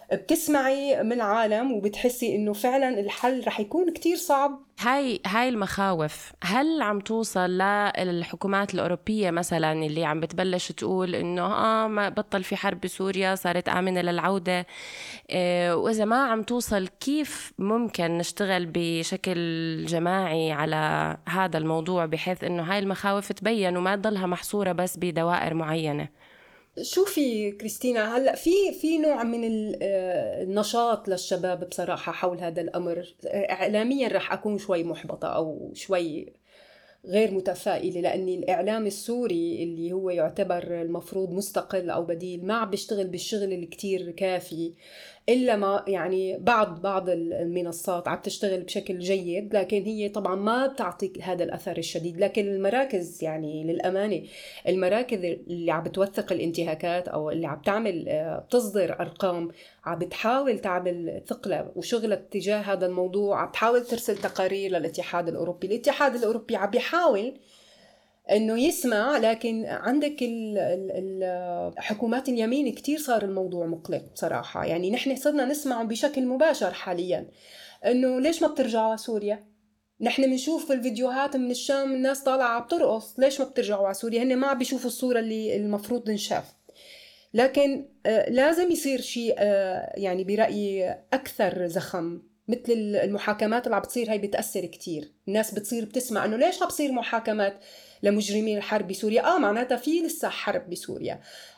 بتسمعي من العالم وبتحسي إنه فعلا الحل رح يكون كتير صعب. هاي المخاوف هل عم توصل للحكومات الأوروبية مثلا اللي عم بتبلش تقول إنه ما بطل في حرب بسوريا، صارت آمنة للعودة؟ وإذا ما عم توصل، كيف ممكن نشتغل بشكل جماعي على هذا الموضوع بحيث إنه هاي المخاوف تبين وما تضلها محصورة بس بدوائر معينة؟ شوفي كريستينا، هلا في نوع من النشاط للشباب بصراحة حول هذا الأمر. إعلاميا رح أكون شوي محبطة أو شوي غير متفائلة، لأن الإعلام السوري اللي هو يعتبر المفروض مستقل أو بديل ما عم بيشتغل بالشغل الكتير كافي، إلا ما يعني بعض المنصات عم تشتغل بشكل جيد، لكن هي طبعا ما بتعطي هذا الأثر الشديد. لكن المراكز يعني للأمانة المراكز اللي عم بتوثق الانتهاكات أو اللي عم تعمل بتصدر أرقام، عم بتحاول تعمل ثقلة وشغلة تجاه هذا الموضوع، عم بتحاول ترسل تقارير للاتحاد الأوروبي. الاتحاد الأوروبي عم بيحاول انه يسمع، لكن عندك حكومات اليمين كتير صار الموضوع مقلق بصراحة. يعني نحن صرنا نسمع بشكل مباشر حاليا انه ليش ما بترجعوا على سوريا؟ نحن بنشوف الفيديوهات من الشام الناس طالعة بترقص، ليش ما بترجعوا على سوريا؟ هن ما عم بيشوفوا الصورة اللي المفروض نشاف. لكن لازم يصير شيء يعني برأيي أكثر زخم، مثل المحاكمات اللي عم بتصير. هاي بتأثر كتير، الناس بتصير بتسمع انه ليش عم بتصير محاكمات لمجرمين الحرب بسوريا؟ معناتها في لسه حرب بسوريا.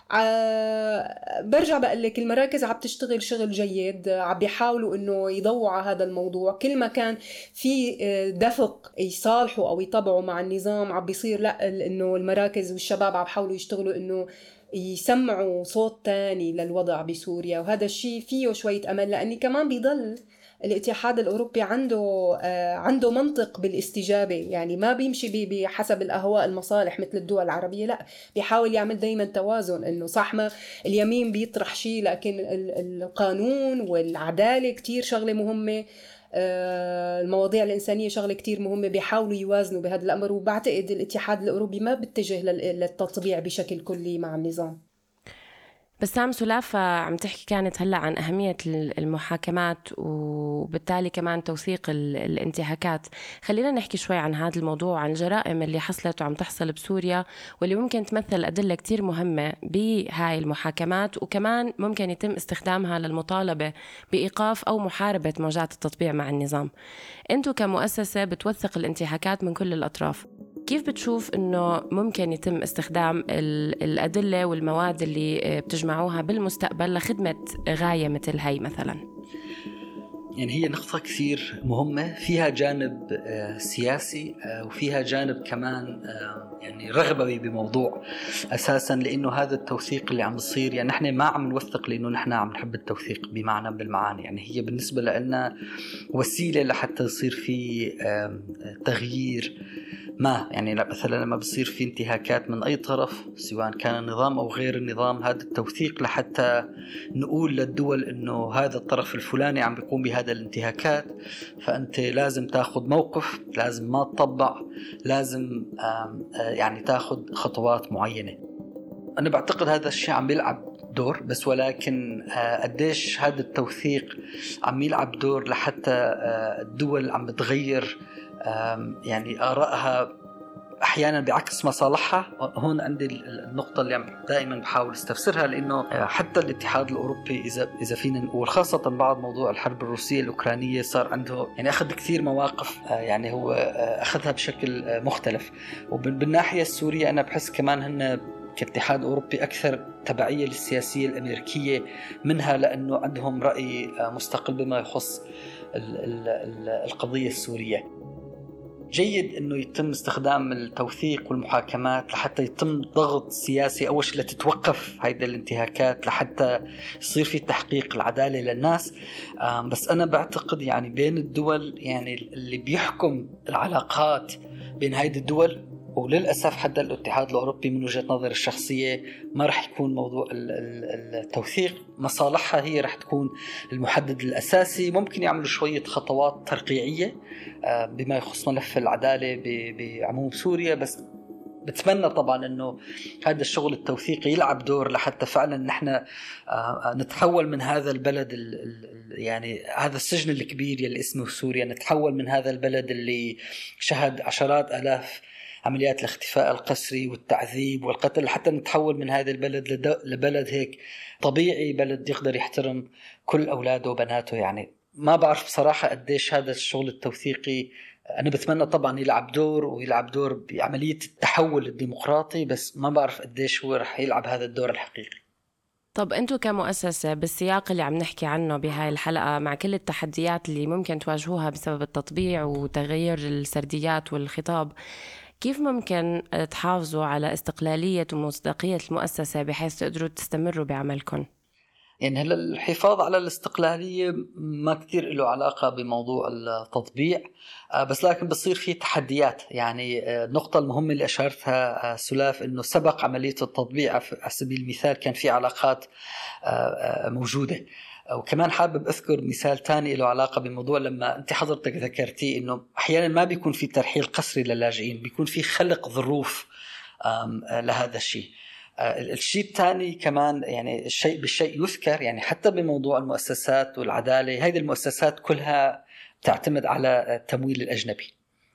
برجع بقول لك المراكز عم تشتغل شغل جيد، عم بيحاولوا انه يضووا على هذا الموضوع. كل ما كان في دفق يصالحوا او يطبعوا مع النظام عم بيصير لا، انه المراكز والشباب عم بيحاولوا يشتغلوا انه يسمعوا صوت تاني للوضع بسوريا، وهذا الشيء فيه شوية أمل. لأني كمان بيضل الاتحاد الأوروبي عنده منطق بالاستجابة، يعني ما بيمشي بحسب الأهواء المصالح مثل الدول العربية، لا بيحاول يعمل دايما توازن. إنه صح ما اليمين بيطرح شيء، لكن القانون والعدالة كتير شغلة مهمة، المواضيع الإنسانية شغلة كتير مهمة، بيحاولوا يوازنوا بهذا الأمر. وبعتقد الاتحاد الأوروبي ما بيتجه للتطبيع بشكل كلي مع النظام. بسام، سلافة عم تحكي كانت هلأ عن أهمية المحاكمات وبالتالي كمان توثيق الانتهاكات. خلينا نحكي شوي عن هذا الموضوع، عن الجرائم اللي حصلت وعم تحصل بسوريا واللي ممكن تمثل أدلة كتير مهمة بهاي المحاكمات، وكمان ممكن يتم استخدامها للمطالبة بإيقاف أو محاربة موجات التطبيع مع النظام. أنتوا كمؤسسة بتوثق الانتهاكات من كل الأطراف، كيف بتشوف إنه ممكن يتم استخدام الأدلة والمواد اللي بتجمعوها بالمستقبل لخدمة غاية مثل هاي مثلا؟ يعني هي نقطة كثير مهمة، فيها جانب سياسي وفيها جانب كمان يعني رغبوي بموضوع أساسا، لأنه هذا التوثيق اللي عم يصير يعني نحن ما عم نوثق لأنه نحن عم نحب التوثيق بمعنى من المعاني، يعني هي بالنسبة لنا وسيلة لحتى يصير في تغيير ما. يعني مثلا لما بصير في انتهاكات من أي طرف سواء كان النظام أو غير النظام، هذا التوثيق لحتى نقول للدول إنه هذا الطرف الفلاني عم بيقوم بهذا الانتهاكات، فأنت لازم تاخد موقف، لازم ما تطبع، لازم يعني تاخد خطوات معينة. أنا بعتقد هذا الشيء عم بيلعب دور، بس ولكن قديش هذا التوثيق عم يلعب دور لحتى الدول عم بتغير يعني آرائها أحيانا بعكس مصالحها. هون عندي النقطة اللي دائما بحاول استفسرها، لأنه حتى الاتحاد الأوروبي إذا فينا نقول خاصة بعد موضوع الحرب الروسية الأوكرانية صار عنده يعني أخذ كثير مواقف، يعني هو أخذها بشكل مختلف. وبالناحية السورية أنا بحس كمان هن كاتحاد أوروبي أكثر تبعية للسياسية الأمريكية منها، لأنه عندهم رأي مستقل بما يخص القضية السورية. جيد أنه يتم استخدام التوثيق والمحاكمات لحتى يتم ضغط سياسي أول شيء لتتوقف هيدا الانتهاكات، لحتى يصير في تحقيق العدالة للناس. بس أنا بعتقد يعني بين الدول يعني اللي بيحكم العلاقات بين هيدا الدول، وللأسف حتى الاتحاد الأوروبي من وجهة نظر الشخصية ما رح يكون موضوع التوثيق مصالحها هي رح تكون المحدد الأساسي. ممكن يعملوا شوية خطوات ترقيعية بما يخص ملف العدالة بعموم سوريا، بس بتمنى طبعا انه هذا الشغل التوثيقي يلعب دور لحتى فعلا نحن نتحول من هذا البلد يعني هذا السجن الكبير يلي اسمه سوريا، نتحول من هذا البلد اللي شهد عشرات آلاف عمليات الاختفاء القسري والتعذيب والقتل، حتى نتحول من هذا البلد لبلد هيك طبيعي، بلد يقدر يحترم كل أولاده وبناته. يعني ما بعرف بصراحة قديش هذا الشغل التوثيقي، أنا بتمنى طبعا يلعب دور ويلعب دور بعملية التحول الديمقراطي، بس ما بعرف قديش هو رح يلعب هذا الدور الحقيقي. طب أنتوا كمؤسسة بالسياق اللي عم نحكي عنه بهاي الحلقة، مع كل التحديات اللي ممكن تواجهوها بسبب التطبيع وتغيير السرديات والخطاب، كيف ممكن تحافظوا على استقلالية ومصداقية المؤسسة بحيث تقدروا تستمروا بعملكم؟ يعني هلا الحفاظ على الاستقلالية ما كتير له علاقة بموضوع التطبيع، بس لكن بصير في تحديات. يعني النقطة المهمة اللي أشارتها سلاف إنه سبق عملية التطبيع على سبيل المثال كان في علاقات موجودة. وكمان حابب أذكر مثال تاني له علاقة بموضوع لما أنت حضرتك ذكرتي إنه أحيانا ما بيكون في ترحيل قسري للاجئين، بيكون في خلق ظروف لهذا الشيء. الشيء الثاني كمان يعني الشيء بالشيء يذكر، يعني حتى بموضوع المؤسسات والعدالة، هذه المؤسسات كلها تعتمد على التمويل الأجنبي.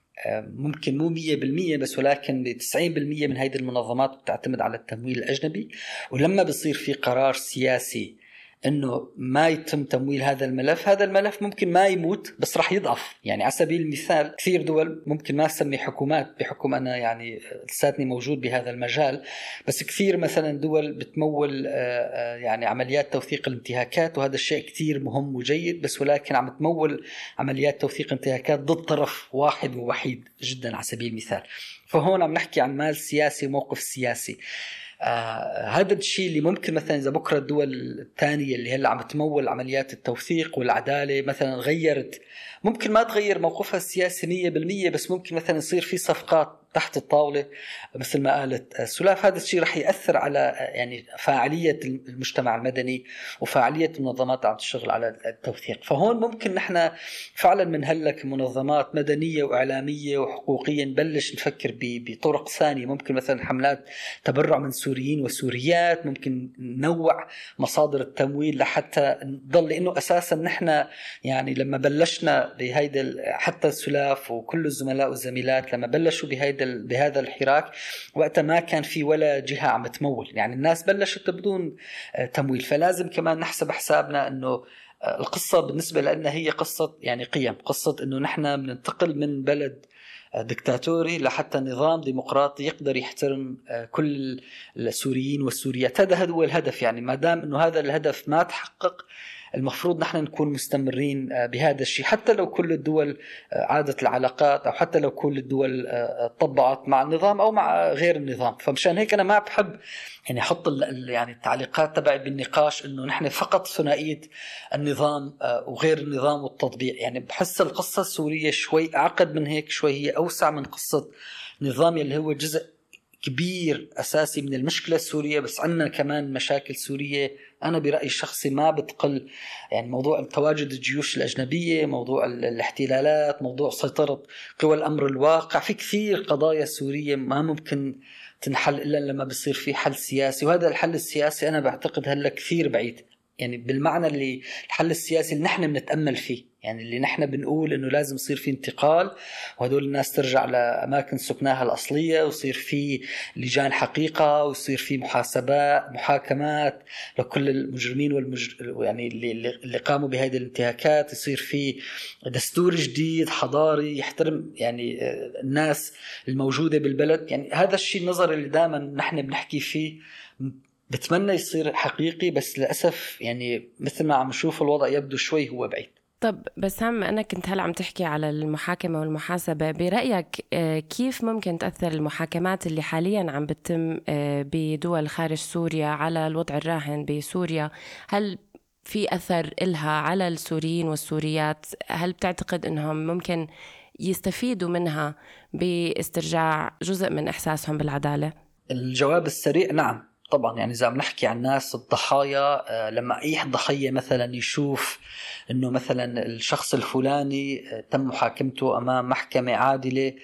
ممكن مو 100% بس ولكن 90% من هذه المنظمات تعتمد على التمويل الأجنبي. ولما بيصير في قرار سياسي انه ما يتم تمويل هذا الملف ممكن ما يموت بس راح يضعف. يعني على سبيل المثال كثير دول، ممكن ما اسمي حكومات بحكم انا يعني لساتني موجود بهذا المجال، بس كثير مثلا دول بتمول يعني عمليات توثيق الانتهاكات، وهذا الشيء كثير مهم وجيد، بس ولكن عم تمول عمليات توثيق انتهاكات ضد طرف واحد ووحيد جدا على سبيل المثال. فهون عم نحكي عن مال سياسي وموقف سياسي. هذا الشيء اللي ممكن مثلا إذا بكرة الدول الثانية اللي هلا عم تمول عمليات التوثيق والعدالة مثلا غيرت، ممكن ما تغير موقفها السياسي 100%، بس ممكن مثلا يصير في صفقات تحت الطاولة مثل ما قالت سلاف. هذا الشيء رح يأثر على يعني فاعلية المجتمع المدني وفاعلية المنظمات عم تشتغل على التوثيق. فهون ممكن نحن فعلا من هلك منظمات مدنية وإعلامية وحقوقية نبلش نفكر بطرق ثانية. ممكن مثلا حملات تبرع من سوريين وسوريات، ممكن ننوع مصادر التمويل لحتى نضل، لأنه أساسا نحن يعني لما بلشنا بهيدا حتى السلاف وكل الزملاء والزميلات لما بلشوا بهذا الحراك وقتها ما كان في ولا جهة عم تمول، يعني الناس بلشت بدون تمويل. فلازم كمان نحسب حسابنا انه القصة بالنسبة لنا هي قصة يعني قيم، قصة انه نحن بننتقل من بلد دكتاتوري لحتى نظام ديمقراطي يقدر يحترم كل السوريين والسوريات. هذا هو الهدف. يعني ما دام انه هذا الهدف ما تحقق المفروض نحن نكون مستمرين بهذا الشيء، حتى لو كل الدول عادت العلاقات أو حتى لو كل الدول طبعت مع النظام أو مع غير النظام. فمشان هيك أنا ما بحب يعني أحط يعني التعليقات تبعي بالنقاش إنه نحن فقط ثنائية النظام وغير النظام والتطبيع. يعني بحس القصة السورية شوي أعقد من هيك، شوي هي أوسع من قصة نظام اللي هو جزء كبير أساسي من المشكلة السورية، بس عندنا كمان مشاكل سورية أنا برأيي الشخصي ما بتقل. يعني موضوع تواجد الجيوش الأجنبية، موضوع الاحتلالات، موضوع سيطرة قوى الأمر الواقع، في كثير قضايا سورية ما ممكن تنحل إلا لما بيصير في حل سياسي. وهذا الحل السياسي أنا بعتقد هلأ كثير بعيد، يعني بالمعنى اللي الحل السياسي اللي نحن بنتأمل فيه، يعني اللي نحن بنقول إنه لازم يصير في انتقال وهدول الناس ترجع لأماكن سكناها الأصلية، ويصير في لجان حقيقة، ويصير في محاكمات لكل المجرمين يعني اللي قاموا بهذه الانتهاكات، يصير في دستور جديد حضاري يحترم يعني الناس الموجودة بالبلد. يعني هذا الشيء النظر اللي دائما نحن بنحكي فيه بتمنى يصير حقيقي، بس للأسف يعني مثل ما عم نشوف الوضع يبدو شوي هو بعيد. طب بسام، أنا كنت هلأ عم تحكي على المحاكمة والمحاسبة، برأيك كيف ممكن تأثر المحاكمات اللي حالياً عم بتتم بدول خارج سوريا على الوضع الراهن بسوريا؟ هل في أثر إلها على السوريين والسوريات؟ هل بتعتقد أنهم ممكن يستفيدوا منها باسترجاع جزء من إحساسهم بالعدالة؟ الجواب السريع نعم طبعا. يعني إذا عم نحكي عن الناس الضحايا، لما أي ضحية مثلا يشوف إنه مثلا الشخص الفلاني تم محاكمته أمام محكمة عادلة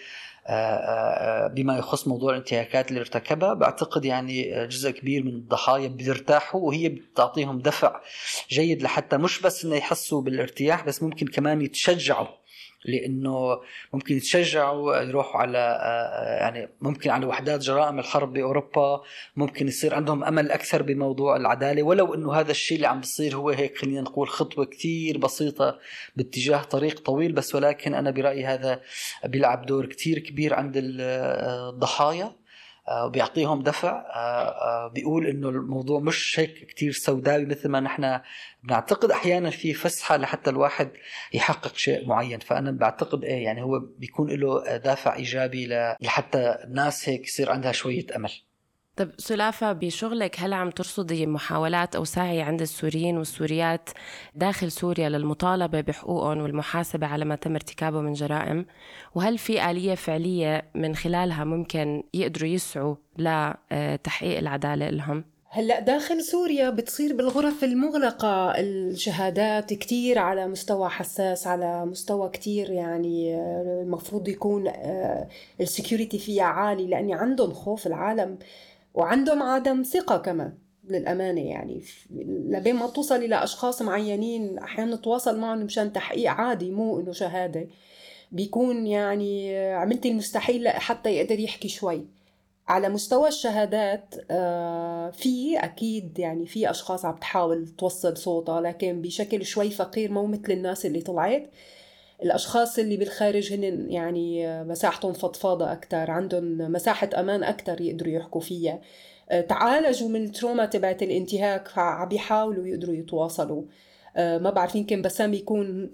بما يخص موضوع الانتهاكات اللي ارتكبها. بعتقد يعني جزء كبير من الضحايا بيرتاحوا، وهي بتعطيهم دفع جيد لحتى مش بس إنه يحسوا بالارتياح، بس ممكن كمان يتشجعوا، لأنه ممكن يتشجعوا يروحوا على يعني ممكن على وحدات جرائم الحرب بأوروبا، ممكن يصير عندهم أمل أكثر بموضوع العدالة، ولو أنه هذا الشيء اللي عم بصير هو هيك خلينا نقول خطوة كتير بسيطة باتجاه طريق طويل. بس ولكن أنا برأيي هذا بيلعب دور كتير كبير عند الضحايا، وبيعطيهم دفع، بيقول إنه الموضوع مش هيك كتير سوداوي مثل ما نحن بنعتقد. أحيانا في فسحة لحتى الواحد يحقق شيء معين. فأنا بعتقد يعني هو بيكون له دافع إيجابي لحتى الناس هيك يصير عندها شوية أمل. طب سلافة، بشغلك هل عم ترصدي محاولات أو سعي عند السوريين والسوريات داخل سوريا للمطالبة بحقوقهم والمحاسبة على ما تم ارتكابه من جرائم؟ وهل في آلية فعلية من خلالها ممكن يقدروا يسعوا لتحقيق العدالة لهم؟ هلأ داخل سوريا بتصير بالغرف المغلقة الشهادات كتير على مستوى حساس، على مستوى كتير يعني المفروض يكون السيكوريتي فيها عالي، لأني عندهم خوف العالم وعندهم عدم ثقة كمان للأمانة. يعني لبين ما توصل إلى أشخاص معينين أحيانا نتواصل معهم مشان تحقيق عادي مو إنه شهادة، بيكون يعني عملت المستحيل حتى يقدر يحكي شوي. على مستوى الشهادات في أكيد يعني في أشخاص عم تحاول توصل صوتها، لكن بشكل شوي فقير، مو مثل الناس اللي طلعت. الأشخاص اللي بالخارج هن يعني مساحتهم فضفاضة أكتر، عندهم مساحة أمان أكتر يقدروا يحكوا فيها، تعالجوا من التروما تبعت الانتهاك، فعم بيحاولوا يقدروا يتواصلوا. ما بعرف، يمكن بسام يكون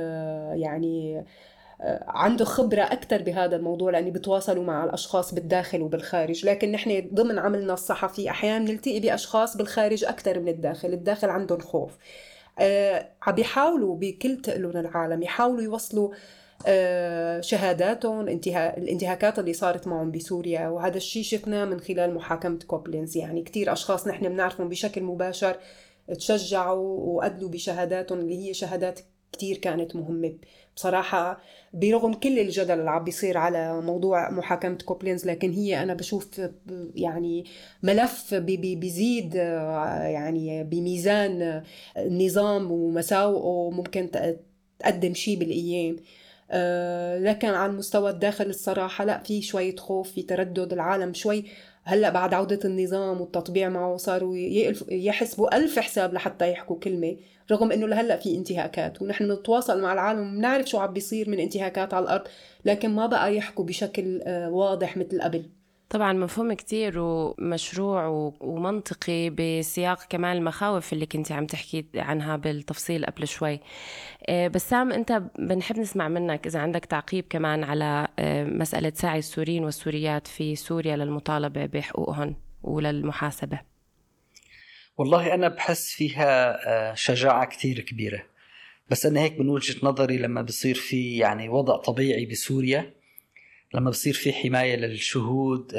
يعني عنده خبرة أكتر بهذا الموضوع، لأني بتواصلوا مع الأشخاص بالداخل وبالخارج. لكن نحن ضمن عملنا الصحفي أحيانا نلتقي بأشخاص بالخارج أكتر من الداخل عندهم خوف. عم بيحاولوا بكل تقلون العالم يحاولوا يوصلوا شهاداتهم، الانتهاكات اللي صارت معهم بسوريا. وهذا الشيء شفناه من خلال محاكمة كوبلينز. يعني كتير أشخاص نحن بنعرفهم بشكل مباشر تشجعوا وأدلوا بشهاداتهم اللي هي شهادات كتير كانت مهمة بصراحة، برغم كل الجدل اللي عم بيصير على موضوع محاكمة كوبلينز. لكن هي أنا بشوف يعني ملف بيزيد يعني بميزان النظام ومساوئه، ممكن تقدم شيء بالأيام. لكن على المستوى الداخل الصراحة لا، في شوية خوف، في تردد. العالم شوي هلأ بعد عودة النظام والتطبيع معه صاروا يحسبوا 1000 حساب لحتى يحكوا كلمة، رغم أنه لهلأ في انتهاكات ونحن نتواصل مع العالم ونعرف شو عم بيصير من انتهاكات على الأرض، لكن ما بقى يحكوا بشكل واضح مثل قبل. طبعا مفهوم كتير ومشروع ومنطقي بسياق كمان المخاوف اللي كنتي عم تحكي عنها بالتفصيل قبل شوي. بسام، أنت بنحب نسمع منك إذا عندك تعقيب كمان على مسألة سعي السوريين والسوريات في سوريا للمطالبة بحقوقهم وللمحاسبة. والله أنا بحس فيها شجاعة كتير كبيرة، بس أنا هيك من وجهة نظري لما بصير في يعني وضع طبيعي بسوريا، لما بصير في حماية للشهود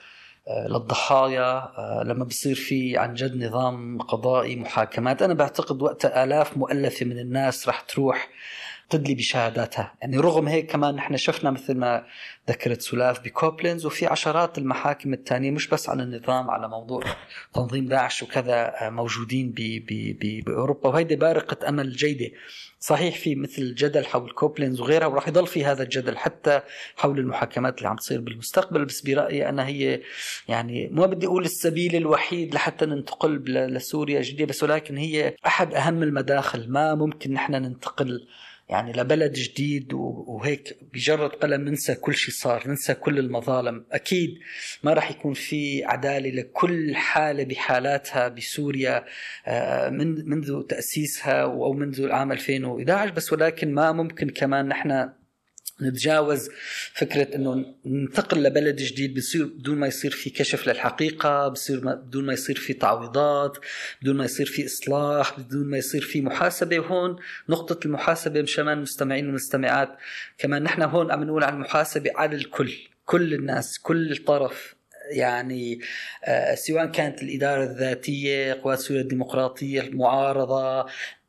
للضحايا، لما بصير في عن جد نظام قضائي محاكمات، أنا بعتقد وقتها آلاف مؤلفة من الناس رح تروح تدلي بشهاداتها. يعني رغم هيك كمان نحن شفنا مثل ما ذكرت سلاف بكوبلينز، وفي عشرات المحاكم التانية مش بس على النظام، على موضوع تنظيم داعش وكذا موجودين بأوروبا، وهيدي بارقة أمل جيدة. صحيح في مثل الجدل حول كوبلينز وغيرها، وراح يضل في هذا الجدل حتى حول المحاكمات اللي عم تصير بالمستقبل، بس برأيي أنا هي يعني ما بدي أقول السبيل الوحيد لحتى ننتقل لسوريا جديدة، بس ولكن هي أحد أهم المداخل. ما ممكن نحن ننتقل يعني لبلد جديد وهيك بجرد قلم ننسى كل شيء صار، ننسى كل المظالم. أكيد ما راح يكون في عدالة لكل حالة بحالاتها بسوريا منذ تأسيسها أو منذ العام 2011، بس ولكن ما ممكن كمان نحن نتجاوز فكرة أنه ننتقل لبلد جديد بصير بدون ما يصير في كشف للحقيقة، بدون ما يصير في تعويضات، بدون ما يصير في إصلاح، بدون ما يصير في محاسبة. وهون نقطة المحاسبة مشان المستمعين والمستمعات كمان، نحن هون عم نقول عن المحاسبة على الكل، كل الناس، كل طرف. يعني سواء كانت الإدارة الذاتية، قوات سوريا الديمقراطية، المعارضة،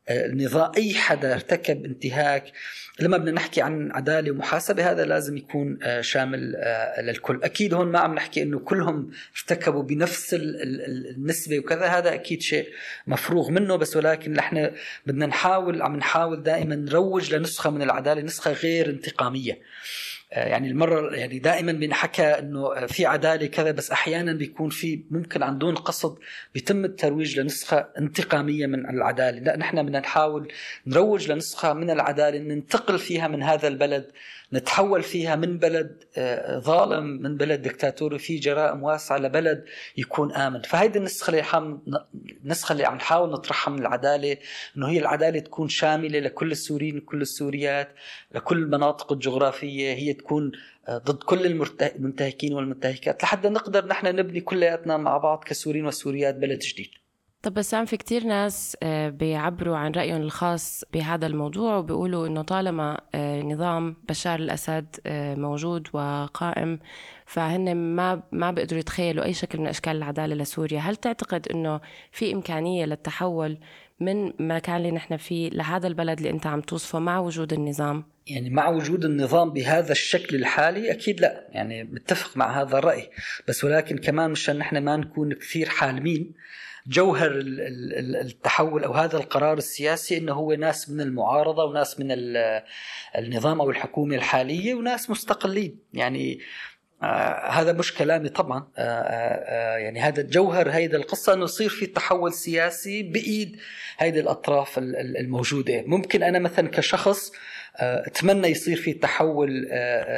النظام. أي حدا ارتكب انتهاك، لما بدنا نحكي عن عدالة ومحاسبة هذا لازم يكون شامل للكل. أكيد هون ما عم نحكي إنه كلهم ارتكبوا بنفس النسبة وكذا، هذا أكيد شيء مفروغ منه، بس ولكن نحن بدنا نحاول دائما نروج لنسخة من العدالة، نسخة غير انتقامية. يعني المرة يعني دائما بنحكى إنه في عدالة كذا، بس أحيانا بيكون في ممكن عن دون قصد بيتم الترويج لنسخة انتقامية من العدالة. لا، نحن بدنا نحاول نروج لنسخة من العدالة، ننتقل فيها من هذا البلد، نتحول فيها من بلد ظالم، من بلد دكتاتوري فيه جرائم واسعة، لبلد يكون آمن. فهيدي النسخة اللي عم نحاول نطرحها من العدالة، إنه هي العدالة تكون شاملة لكل السوريين وكل السوريات، لكل المناطق الجغرافية، هي تكون ضد كل المنتهكين والمنتهكات، لحتى نقدر نحن نبني كلياتنا مع بعض كسوريين وسوريات بلد جديد. طب بس في كتير ناس بيعبروا عن رأيهم الخاص بهذا الموضوع، وبيقولوا إنه طالما نظام بشار الأسد موجود وقائم، فهن ما بيقدروا يتخيلوا أي شكل من أشكال العدالة لسوريا. هل تعتقد إنه في إمكانية للتحول من مكان اللي نحن فيه لهذا البلد اللي أنت عم توصفه مع وجود النظام؟ يعني مع وجود النظام بهذا الشكل الحالي أكيد لا، يعني متفق مع هذا الرأي، بس ولكن كمان مشان نحن ما نكون كثير حالمين. جوهر التحول أو هذا القرار السياسي إنه هو ناس من المعارضة وناس من النظام أو الحكومة الحالية وناس مستقلين. يعني هذا مش كلامي طبعا، يعني هذا الجوهر هيدا القصة، إنه يصير في تحول سياسي بإيد هيدا الأطراف الموجودة. ممكن أنا مثلا كشخص أتمنى يصير في تحول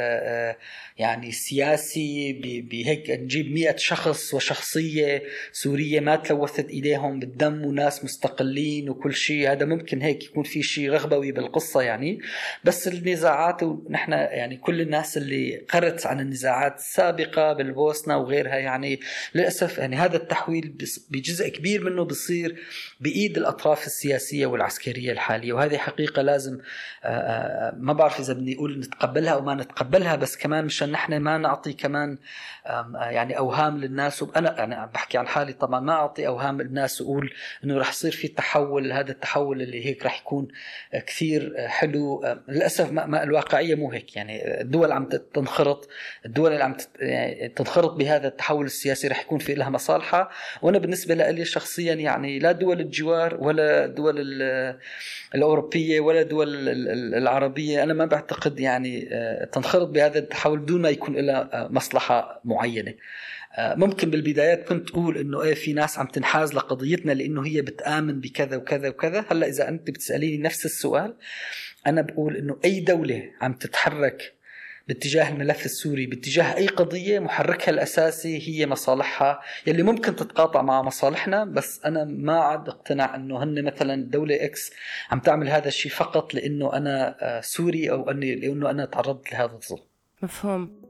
يعني سياسي بهيك نجيب 100 شخص وشخصية سورية ما تلوثت إيديهم بالدم وناس مستقلين وكل شيء، هذا ممكن هيك يكون في شيء رغبوي بالقصة يعني. بس النزاعات، ونحن يعني كل الناس اللي قرأت عن النزاعات السابقة بالبوسنة وغيرها، يعني للأسف يعني هذا التحويل بجزء كبير منه بصير بإيد الأطراف السياسية والعسكرية الحالية، وهذه حقيقة لازم ما بعرف إذا بدي أقول نتقبلها أو ما نتقبلها، بس كمان مشان نحن ما نعطي كمان يعني أوهام للناس. وأنا يعني بحكي عن حالي طبعا، ما أعطي أوهام للناس وأقول إنه رح يصير في تحول، هذا التحول اللي هيك رح يكون كثير حلو. للأسف ما الواقعية مو هيك. يعني الدول عم تنخرط، الدول اللي عم تنخرط بهذا التحول السياسي رح يكون في لها مصالحها. وأنا بالنسبة لي شخصيا يعني لا دول الجوار ولا دول الأوروبية ولا دول العربية، أنا ما بعتقد يعني تنخرط بهذا التحول بدون ما يكون لها مصلحة معينة. ممكن بالبدايات كنت أقول إنه في ناس عم تنحاز لقضيتنا لأنه هي بتآمن بكذا وكذا وكذا. هلأ إذا أنت بتسأليني نفس السؤال، أنا بقول إنه أي دولة عم تتحرك باتجاه الملف السوري، باتجاه أي قضية، محركها الأساسي هي مصالحها يلي ممكن تتقاطع مع مصالحنا. بس أنا ما عاد اقتنع أنه هن مثلا دولة إكس عم تعمل هذا الشيء فقط لأنه أنا سوري أو لأنه أنا تعرضت لهذا الظلم. مفهوم.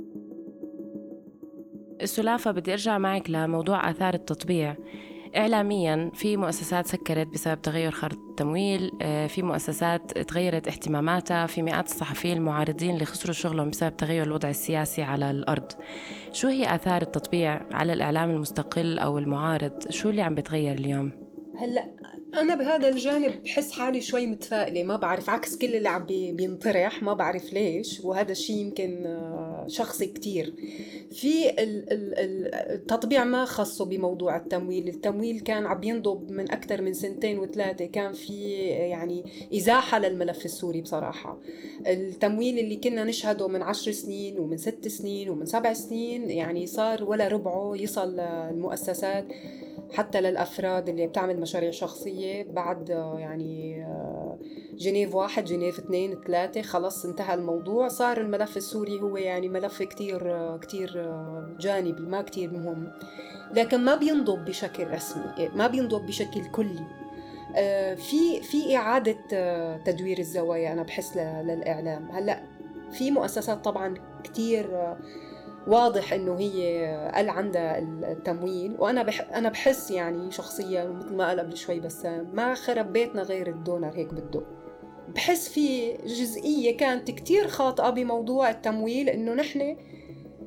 السلافة بدي أرجع معك لموضوع آثار التطبيع. إعلامياً في مؤسسات سكرت بسبب تغير خارطة التمويل، في مؤسسات تغيرت اهتماماتها، في مئات الصحفيين المعارضين اللي خسروا شغلهم بسبب تغير الوضع السياسي على الأرض. شو هي آثار التطبيع على الإعلام المستقل أو المعارض؟ شو اللي عم بتغير اليوم؟ هلأ أنا بهذا الجانب بحس حالي شوي متفائلة، ما بعرف، عكس كل اللي عم بينطرح، ما بعرف ليش، وهذا الشيء يمكن شخصي كتير. في التطبيع ما خصه بموضوع التمويل كان عم ينضب من أكثر من 2 و3، كان في يعني إزاحة للملف السوري بصراحة. التمويل اللي كنا نشهده من 10 سنين ومن 6 سنين ومن 7 سنين يعني صار ولا ربعه يصل للمؤسسات، حتى للأفراد اللي بتعمل مشاريع شخصية. بعد يعني جنيف 1 جنيف 2 3 خلص انتهى الموضوع. صار الملف السوري هو يعني ملف كتير جانبي، ما كتير مهم، لكن ما بينضب بشكل رسمي، ما بينضب بشكل كلي. في إعادة تدوير الزوايا أنا بحس للإعلام. هلأ في مؤسسات طبعا كتير واضح إنه هي قل عندها التمويل، وأنا بحس يعني شخصيا مثل ما قال قبل شوي، بس ما خرب بيتنا غير الدونر هيك بده. بحس في جزئية كانت كتير خاطئة بموضوع التمويل، إنه نحن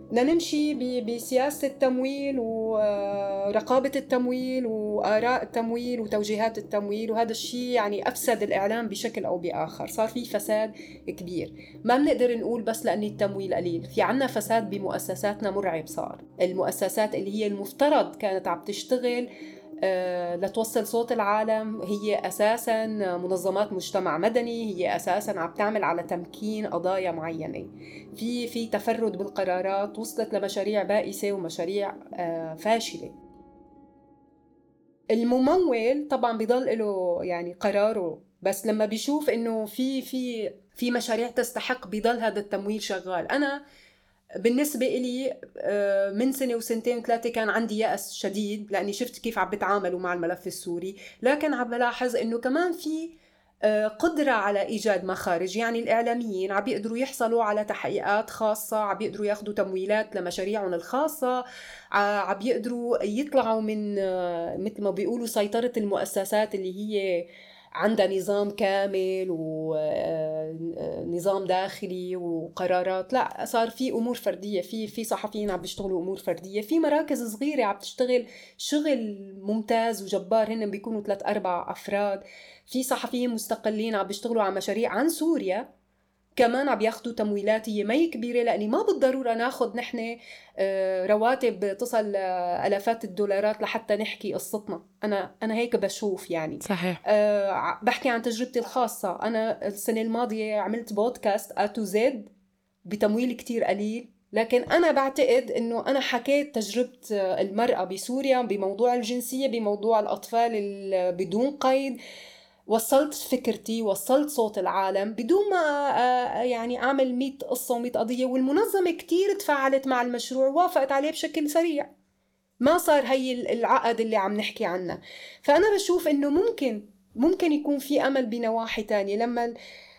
نمشي بسياسة التمويل ورقابة التمويل وآراء التمويل وتوجيهات التمويل، وهذا الشيء يعني أفسد الإعلام بشكل أو بآخر. صار في فساد كبير، ما بنقدر نقول بس لأن التمويل قليل، في عنا فساد بمؤسساتنا مرعب. صار المؤسسات اللي هي المفترض كانت عم تشتغل لتوصل صوت العالم، هي أساساً منظمات مجتمع مدني، هي أساساً عم تعمل على تمكين قضايا معينة. في تفرد بالقرارات وصلت لمشاريع بائسة ومشاريع فاشلة. الممول طبعاً بيضل له يعني قراره، بس لما بيشوف إنه في مشاريع تستحق بيضل هذا التمويل شغال. أنا بالنسبة إلي من سنة وسنتين وثلاثة كان عندي يأس شديد، لأني شفت كيف عم بتعاملوا مع الملف السوري، لكن عم بلاحظ إنه كمان في قدرة على إيجاد مخارج. يعني الإعلاميين عم بيقدروا يحصلوا على تحقيقات خاصة، عم بيقدروا ياخدوا تمويلات لمشاريعهم الخاصة، عم بيقدروا يطلعوا من مثل ما بيقولوا سيطرة المؤسسات اللي هي عندها نظام كامل ونظام داخلي وقرارات. لا، صار في أمور فردية، في صحفيين عم بيشتغلوا أمور فردية، في مراكز صغيرة عم تشتغل شغل ممتاز وجبار، هن بيكونوا 3-4 أفراد. في صحفيين مستقلين عم بيشتغلوا على مشاريع عن سوريا، كمان عم ياخدوا تمويلات هي ما كبيرة، لأني ما بالضرورة ناخد نحن رواتب تصل آلافات الدولارات لحتى نحكي قصتنا. أنا هيك بشوف يعني. صحيح. بحكي عن تجربتي الخاصة. أنا السنة الماضية عملت بودكاست A to Z بتمويل كتير قليل، لكن أنا بعتقد أنه أنا حكيت تجربة المرأة بسوريا بموضوع الجنسية، بموضوع الأطفال بدون قيد. وصلت فكرتي، وصلت صوت العالم بدون ما يعني أعمل 100 قصة و100 قضية. والمنظمة كتير تفاعلت مع المشروع، وافقت عليه بشكل سريع، ما صار هي العقد اللي عم نحكي عنه. فأنا بشوف إنه ممكن يكون في أمل بنواحي تانية. لما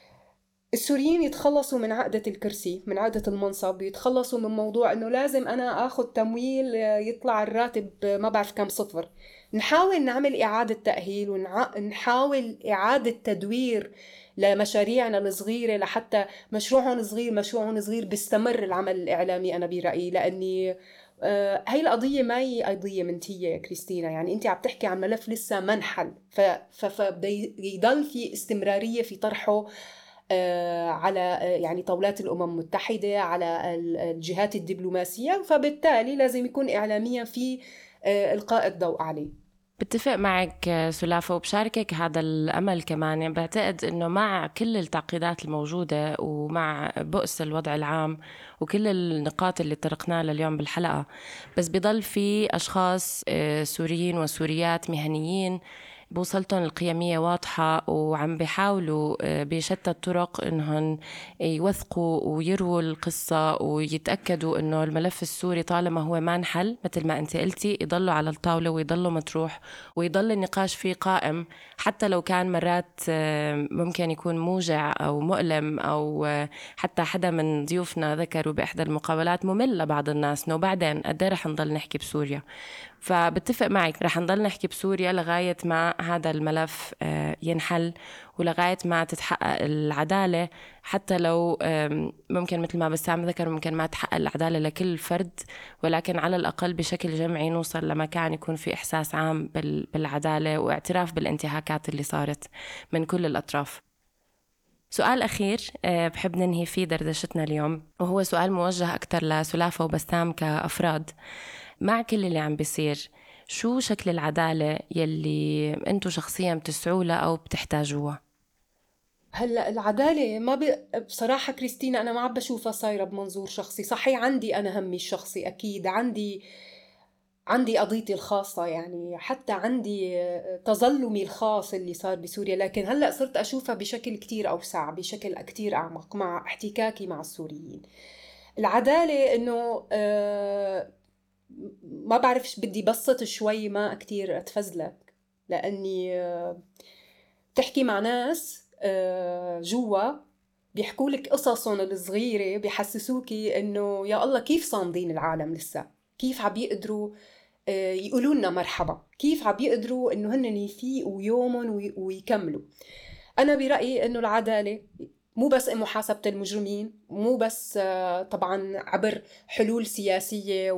السوريين يتخلصوا من عقدة الكرسي، من عقدة المنصب، يتخلصوا من موضوع إنه لازم أنا أخذ تمويل يطلع الراتب ما بعرف كم صفر، نحاول نعمل إعادة تأهيل ونحاول إعادة تدوير لمشاريعنا الصغيرة، لحتى مشروعهم صغير بيستمر العمل الإعلامي. أنا برأيي، لأني هاي القضية ما هي قضية منتهية كريستينا، يعني أنت عم تحكي عن ملف لسه ما انحل، فبده يضل في استمرارية في طرحه على يعني طاولات الأمم المتحدة، على الجهات الدبلوماسية، فبالتالي لازم يكون إعلاميا في إلقاء الضوء عليه. بتفق معك سلافة وبشاركك هذا الأمل كمان. يعني بعتقد أنه مع كل التعقيدات الموجودة ومع بؤس الوضع العام وكل النقاط اللي طرقناها لليوم بالحلقة، بس بيضل في أشخاص سوريين وسوريات مهنيين بوصلتهم القيمية واضحة، وعم بيحاولوا بشتى الطرق إنهم يوثقوا ويروا القصة ويتأكدوا إنه الملف السوري طالما هو ما انحل مثل ما أنت قلتي يضلوا على الطاولة ويضلوا مطروح ويضل النقاش فيه قائم، حتى لو كان مرات ممكن يكون موجع أو مؤلم، أو حتى حدا من ضيوفنا ذكروا بإحدى المقابلات ممل لبعض الناس إنه بعدين قد رح نضل نحكي بسوريا. فبتفق معك، رح نضل نحكي بسوريا لغاية ما هذا الملف ينحل ولغاية ما تتحقق العدالة، حتى لو ممكن مثل ما بسام ذكر ممكن ما تحقق العدالة لكل فرد، ولكن على الأقل بشكل جمعي نوصل لمكان يكون في إحساس عام بالعدالة واعتراف بالانتهاكات اللي صارت من كل الأطراف. سؤال أخير بحب ننهي فيه دردشتنا اليوم، وهو سؤال موجه أكتر لسلافة وبسام كأفراد. مع كل اللي عم بيصير، شو شكل العدالة يلي أنتو شخصياً بتسعوا لها أو بتحتاجوها؟ هلا العدالة بصراحة كريستينا أنا ما عم بشوفها صايرة بمنظور شخصي. صحيح عندي أنا همي الشخصي، أكيد عندي قضيتي الخاصة، يعني حتى عندي تظلمي الخاص اللي صار بسوريا، لكن هلأ صرت أشوفها بشكل كتير أوسع، بشكل كتير أعمق مع احتكاكي مع السوريين. العدالة إنه ما بعرفش، بدي بسط شوي ما كتير أتفزلك، لأني بتحكي مع ناس جوا بيحكوا لك قصصهم الصغيرة، بيحسسوكي إنه يا الله كيف صامدين العالم لسه، كيف عم يقدروا يقولوا لنا مرحبا، كيف عم يقدروا إنه هن يفيقوا يومهم ويكملوا. أنا برأيي إنه العدالة مو بس محاسبة المجرمين، مو بس طبعا عبر حلول سياسية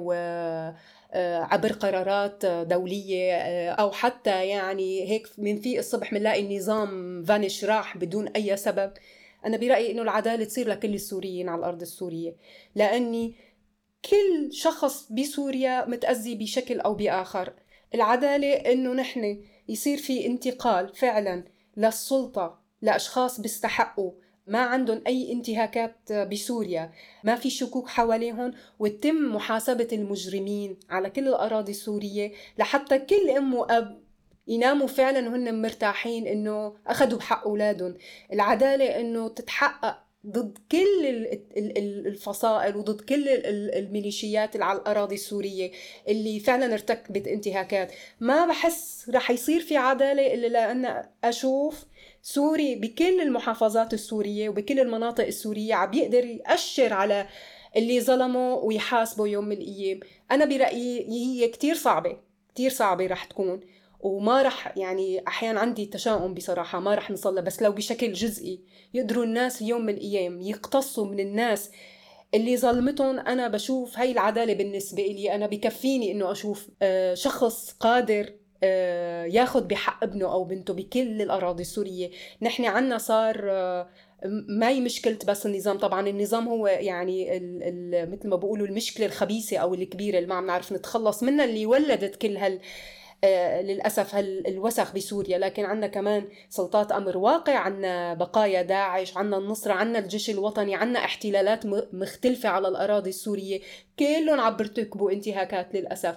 وعبر قرارات دولية، أو حتى يعني هيك من في الصبح منلاقي النظام فانش راح بدون أي سبب. أنا برأيي إنه العدالة تصير لكل السوريين على الأرض السورية، لأني كل شخص بسوريا متأذي بشكل أو بآخر. العدالة إنه نحن يصير في انتقال فعلا للسلطة لأشخاص بيستحقوا، ما عندهم أي انتهاكات بسوريا، ما في شكوك حواليهم، وتم محاسبة المجرمين على كل الأراضي السورية، لحتى كل أم وأب يناموا فعلا وهن مرتاحين إنه أخذوا بحق أولادهم. العدالة إنه تتحقق ضد كل الفصائل وضد كل الميليشيات اللي على الأراضي السورية اللي فعلا ارتكبت انتهاكات. ما بحس رح يصير في عدالة إلا لأن أشوف سوري بكل المحافظات السورية وبكل المناطق السورية عم يقدر يأشر على اللي ظلموا ويحاسبوا يوم من الأيام. أنا برأيي هي كتير صعبة رح تكون، وما رح يعني أحيانا عندي تشاؤم بصراحة ما رح نصلها، بس لو بشكل جزئي يقدروا الناس يوم من الأيام يقتصوا من الناس اللي ظلمتهم. أنا بشوف هاي العدالة بالنسبة لي. أنا بكفيني إنه أشوف شخص قادر ياخد بحق ابنه أو بنته بكل الأراضي السورية. نحن عنا صار ما هي مشكلة بس النظام، طبعا النظام هو يعني مثل ما بقولوا المشكلة الخبيثة أو الكبيرة اللي ما عم نعرف نتخلص منها، اللي ولدت كل للأسف الوسخ بسوريا. لكن عنا كمان سلطات أمر واقع، عنا بقايا داعش، عنا النصرة، عنا الجيش الوطني، عنا احتلالات مختلفة على الأراضي السورية، كلهم عم بيرتكبوا انتهاكات للأسف.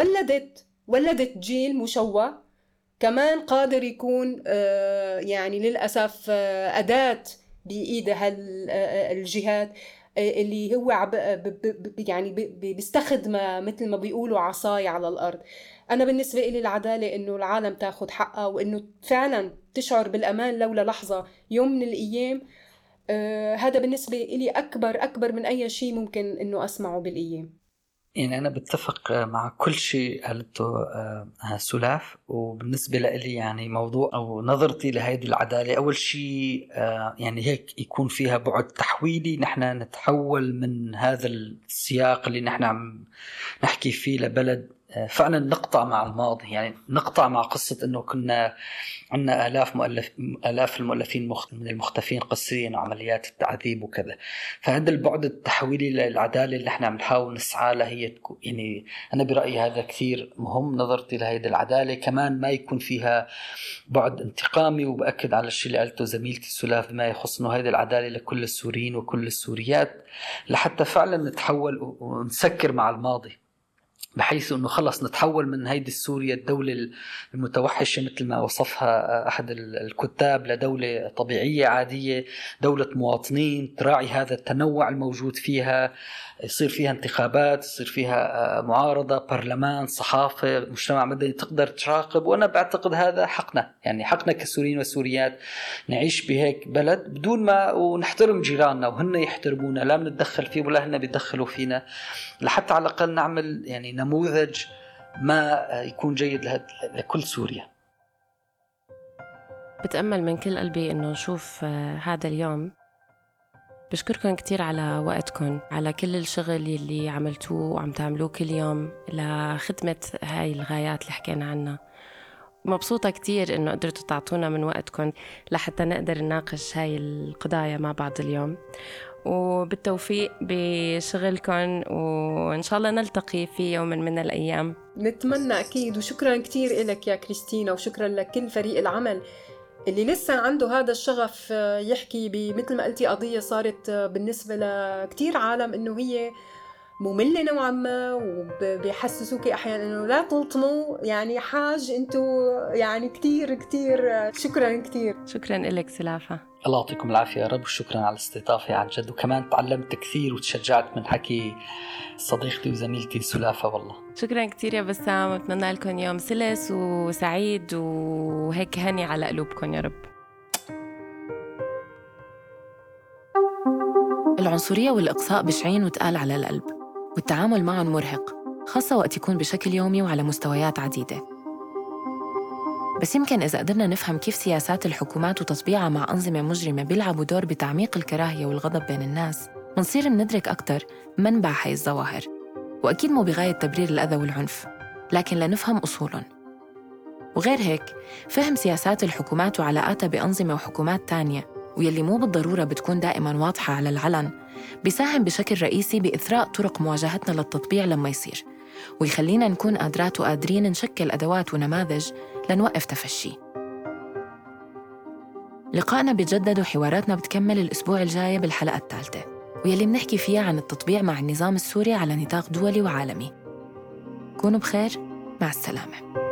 ولدت جيل مشوه كمان قادر يكون يعني للأسف أداة بإيد الجهات اللي هو يعني بيستخدم مثل ما بيقولوا عصاي على الأرض. أنا بالنسبة لي العدالة إنه العالم تاخد حقها، وإنه فعلا تشعر بالأمان لولا لحظة يوم من الأيام. هذا بالنسبة لي أكبر من أي شيء ممكن إنه أسمعه بالأيام. يعني أنا بتفق مع كل شيء قالته سلاف. وبالنسبة لي يعني موضوع أو نظرتي لهذه العدالة، أول شيء يعني هيك يكون فيها بعد تحويلي، نحن نتحول من هذا السياق اللي نحن عم نحكي فيه لبلد فعلا نقطع مع الماضي، يعني نقطع مع قصة أنه كنا عندنا آلاف المؤلفين من المختفين قسريا وعمليات التعذيب وكذا. فهذا البعد التحويلي للعدالة اللي احنا عم نحاول نسعى لها هي يعني أنا برأيي هذا كثير مهم. نظرتي لهذه العدالة كمان ما يكون فيها بعد انتقامي، وبأكد على الشيء اللي قالته زميلتي سلاف بما يخص أنه هذه العدالة لكل السوريين وكل السوريات، لحتى فعلا نتحول ونسكر مع الماضي، بحيث أنه خلص نتحول من هيدي سوريا الدولة المتوحشة مثل ما وصفها أحد الكتاب لدولة طبيعية عادية، دولة مواطنين تراعي هذا التنوع الموجود فيها، يصير فيها انتخابات، يصير فيها معارضة، برلمان، صحافة، مجتمع مدني تقدر تراقب. وأنا بعتقد هذا حقنا، يعني حقنا كسوريين وسوريات نعيش بهيك بلد بدون ما ونحترم جيراننا وهن يحترمونا، لا بنتدخل فيهم ولا هن بيتدخلوا فينا، لحتى على الأقل نعمل يعني نموذج ما يكون جيد لكل سوريا. بتأمل من كل قلبي إنه نشوف هذا اليوم. بشكركم كتير على وقتكم، على كل الشغل اللي عملتوه وعم تعملوه كل يوم لخدمة هاي الغايات اللي حكينا عنها. مبسوطة كتير إنه قدرتوا تعطونا من وقتكم لحتى نقدر نناقش هاي القضايا مع بعض اليوم، وبالتوفيق بشغلكم، وإن شاء الله نلتقي في يوم من الأيام. نتمنى أكيد. وشكرا كتير إلك يا كريستينا، وشكرا لكل فريق العمل اللي لسه عنده هذا الشغف يحكي بمثل ما قلتي قضية صارت بالنسبة لكتير عالم إنه هي مملة نوعا ما، وبيحسسوك أحيانا إنه لا تلطموا، يعني حاج أنتو يعني كتير شكرا كتير. شكرا لك سلافة. الله يعطيكم العافية يا رب، وشكرا على الاستضافة عن جد. وكمان تعلمت كثير وتشجعت من حكي صديقتي وزميلتي سلافة. والله شكرا كتير يا بسام، أتمنى لكم يوم سلس وسعيد وهيك هني على قلوبكم يا رب. العنصرية والإقصاء بشعين وتقال على القلب، والتعامل معهم مرهق، خاصة وقت يكون بشكل يومي وعلى مستويات عديدة. بس يمكن إذا قدرنا نفهم كيف سياسات الحكومات وتطبيعها مع أنظمة مجرمة بيلعبوا دور بتعميق الكراهية والغضب بين الناس، منصير مندرك أكتر منبع هاي الظواهر. وأكيد مو بغاية تبرير الأذى والعنف، لكن لنفهم أصولهم. وغير هيك، فهم سياسات الحكومات وعلاقاتها بأنظمة وحكومات تانية، ويلي مو بالضرورة بتكون دائماً واضحة على العلن، بيساهم بشكل رئيسي بإثراء طرق مواجهتنا للتطبيع لما يصير، ويخلينا نكون قادرات وقادرين نشكل أدوات ونماذج لنوقف تفشي. لقائنا بيتجدد وحواراتنا بتكمل الأسبوع الجاي بالحلقة الثالثة، ويلي بنحكي فيها عن التطبيع مع النظام السوري على نطاق دولي وعالمي. كونوا بخير، مع السلامة.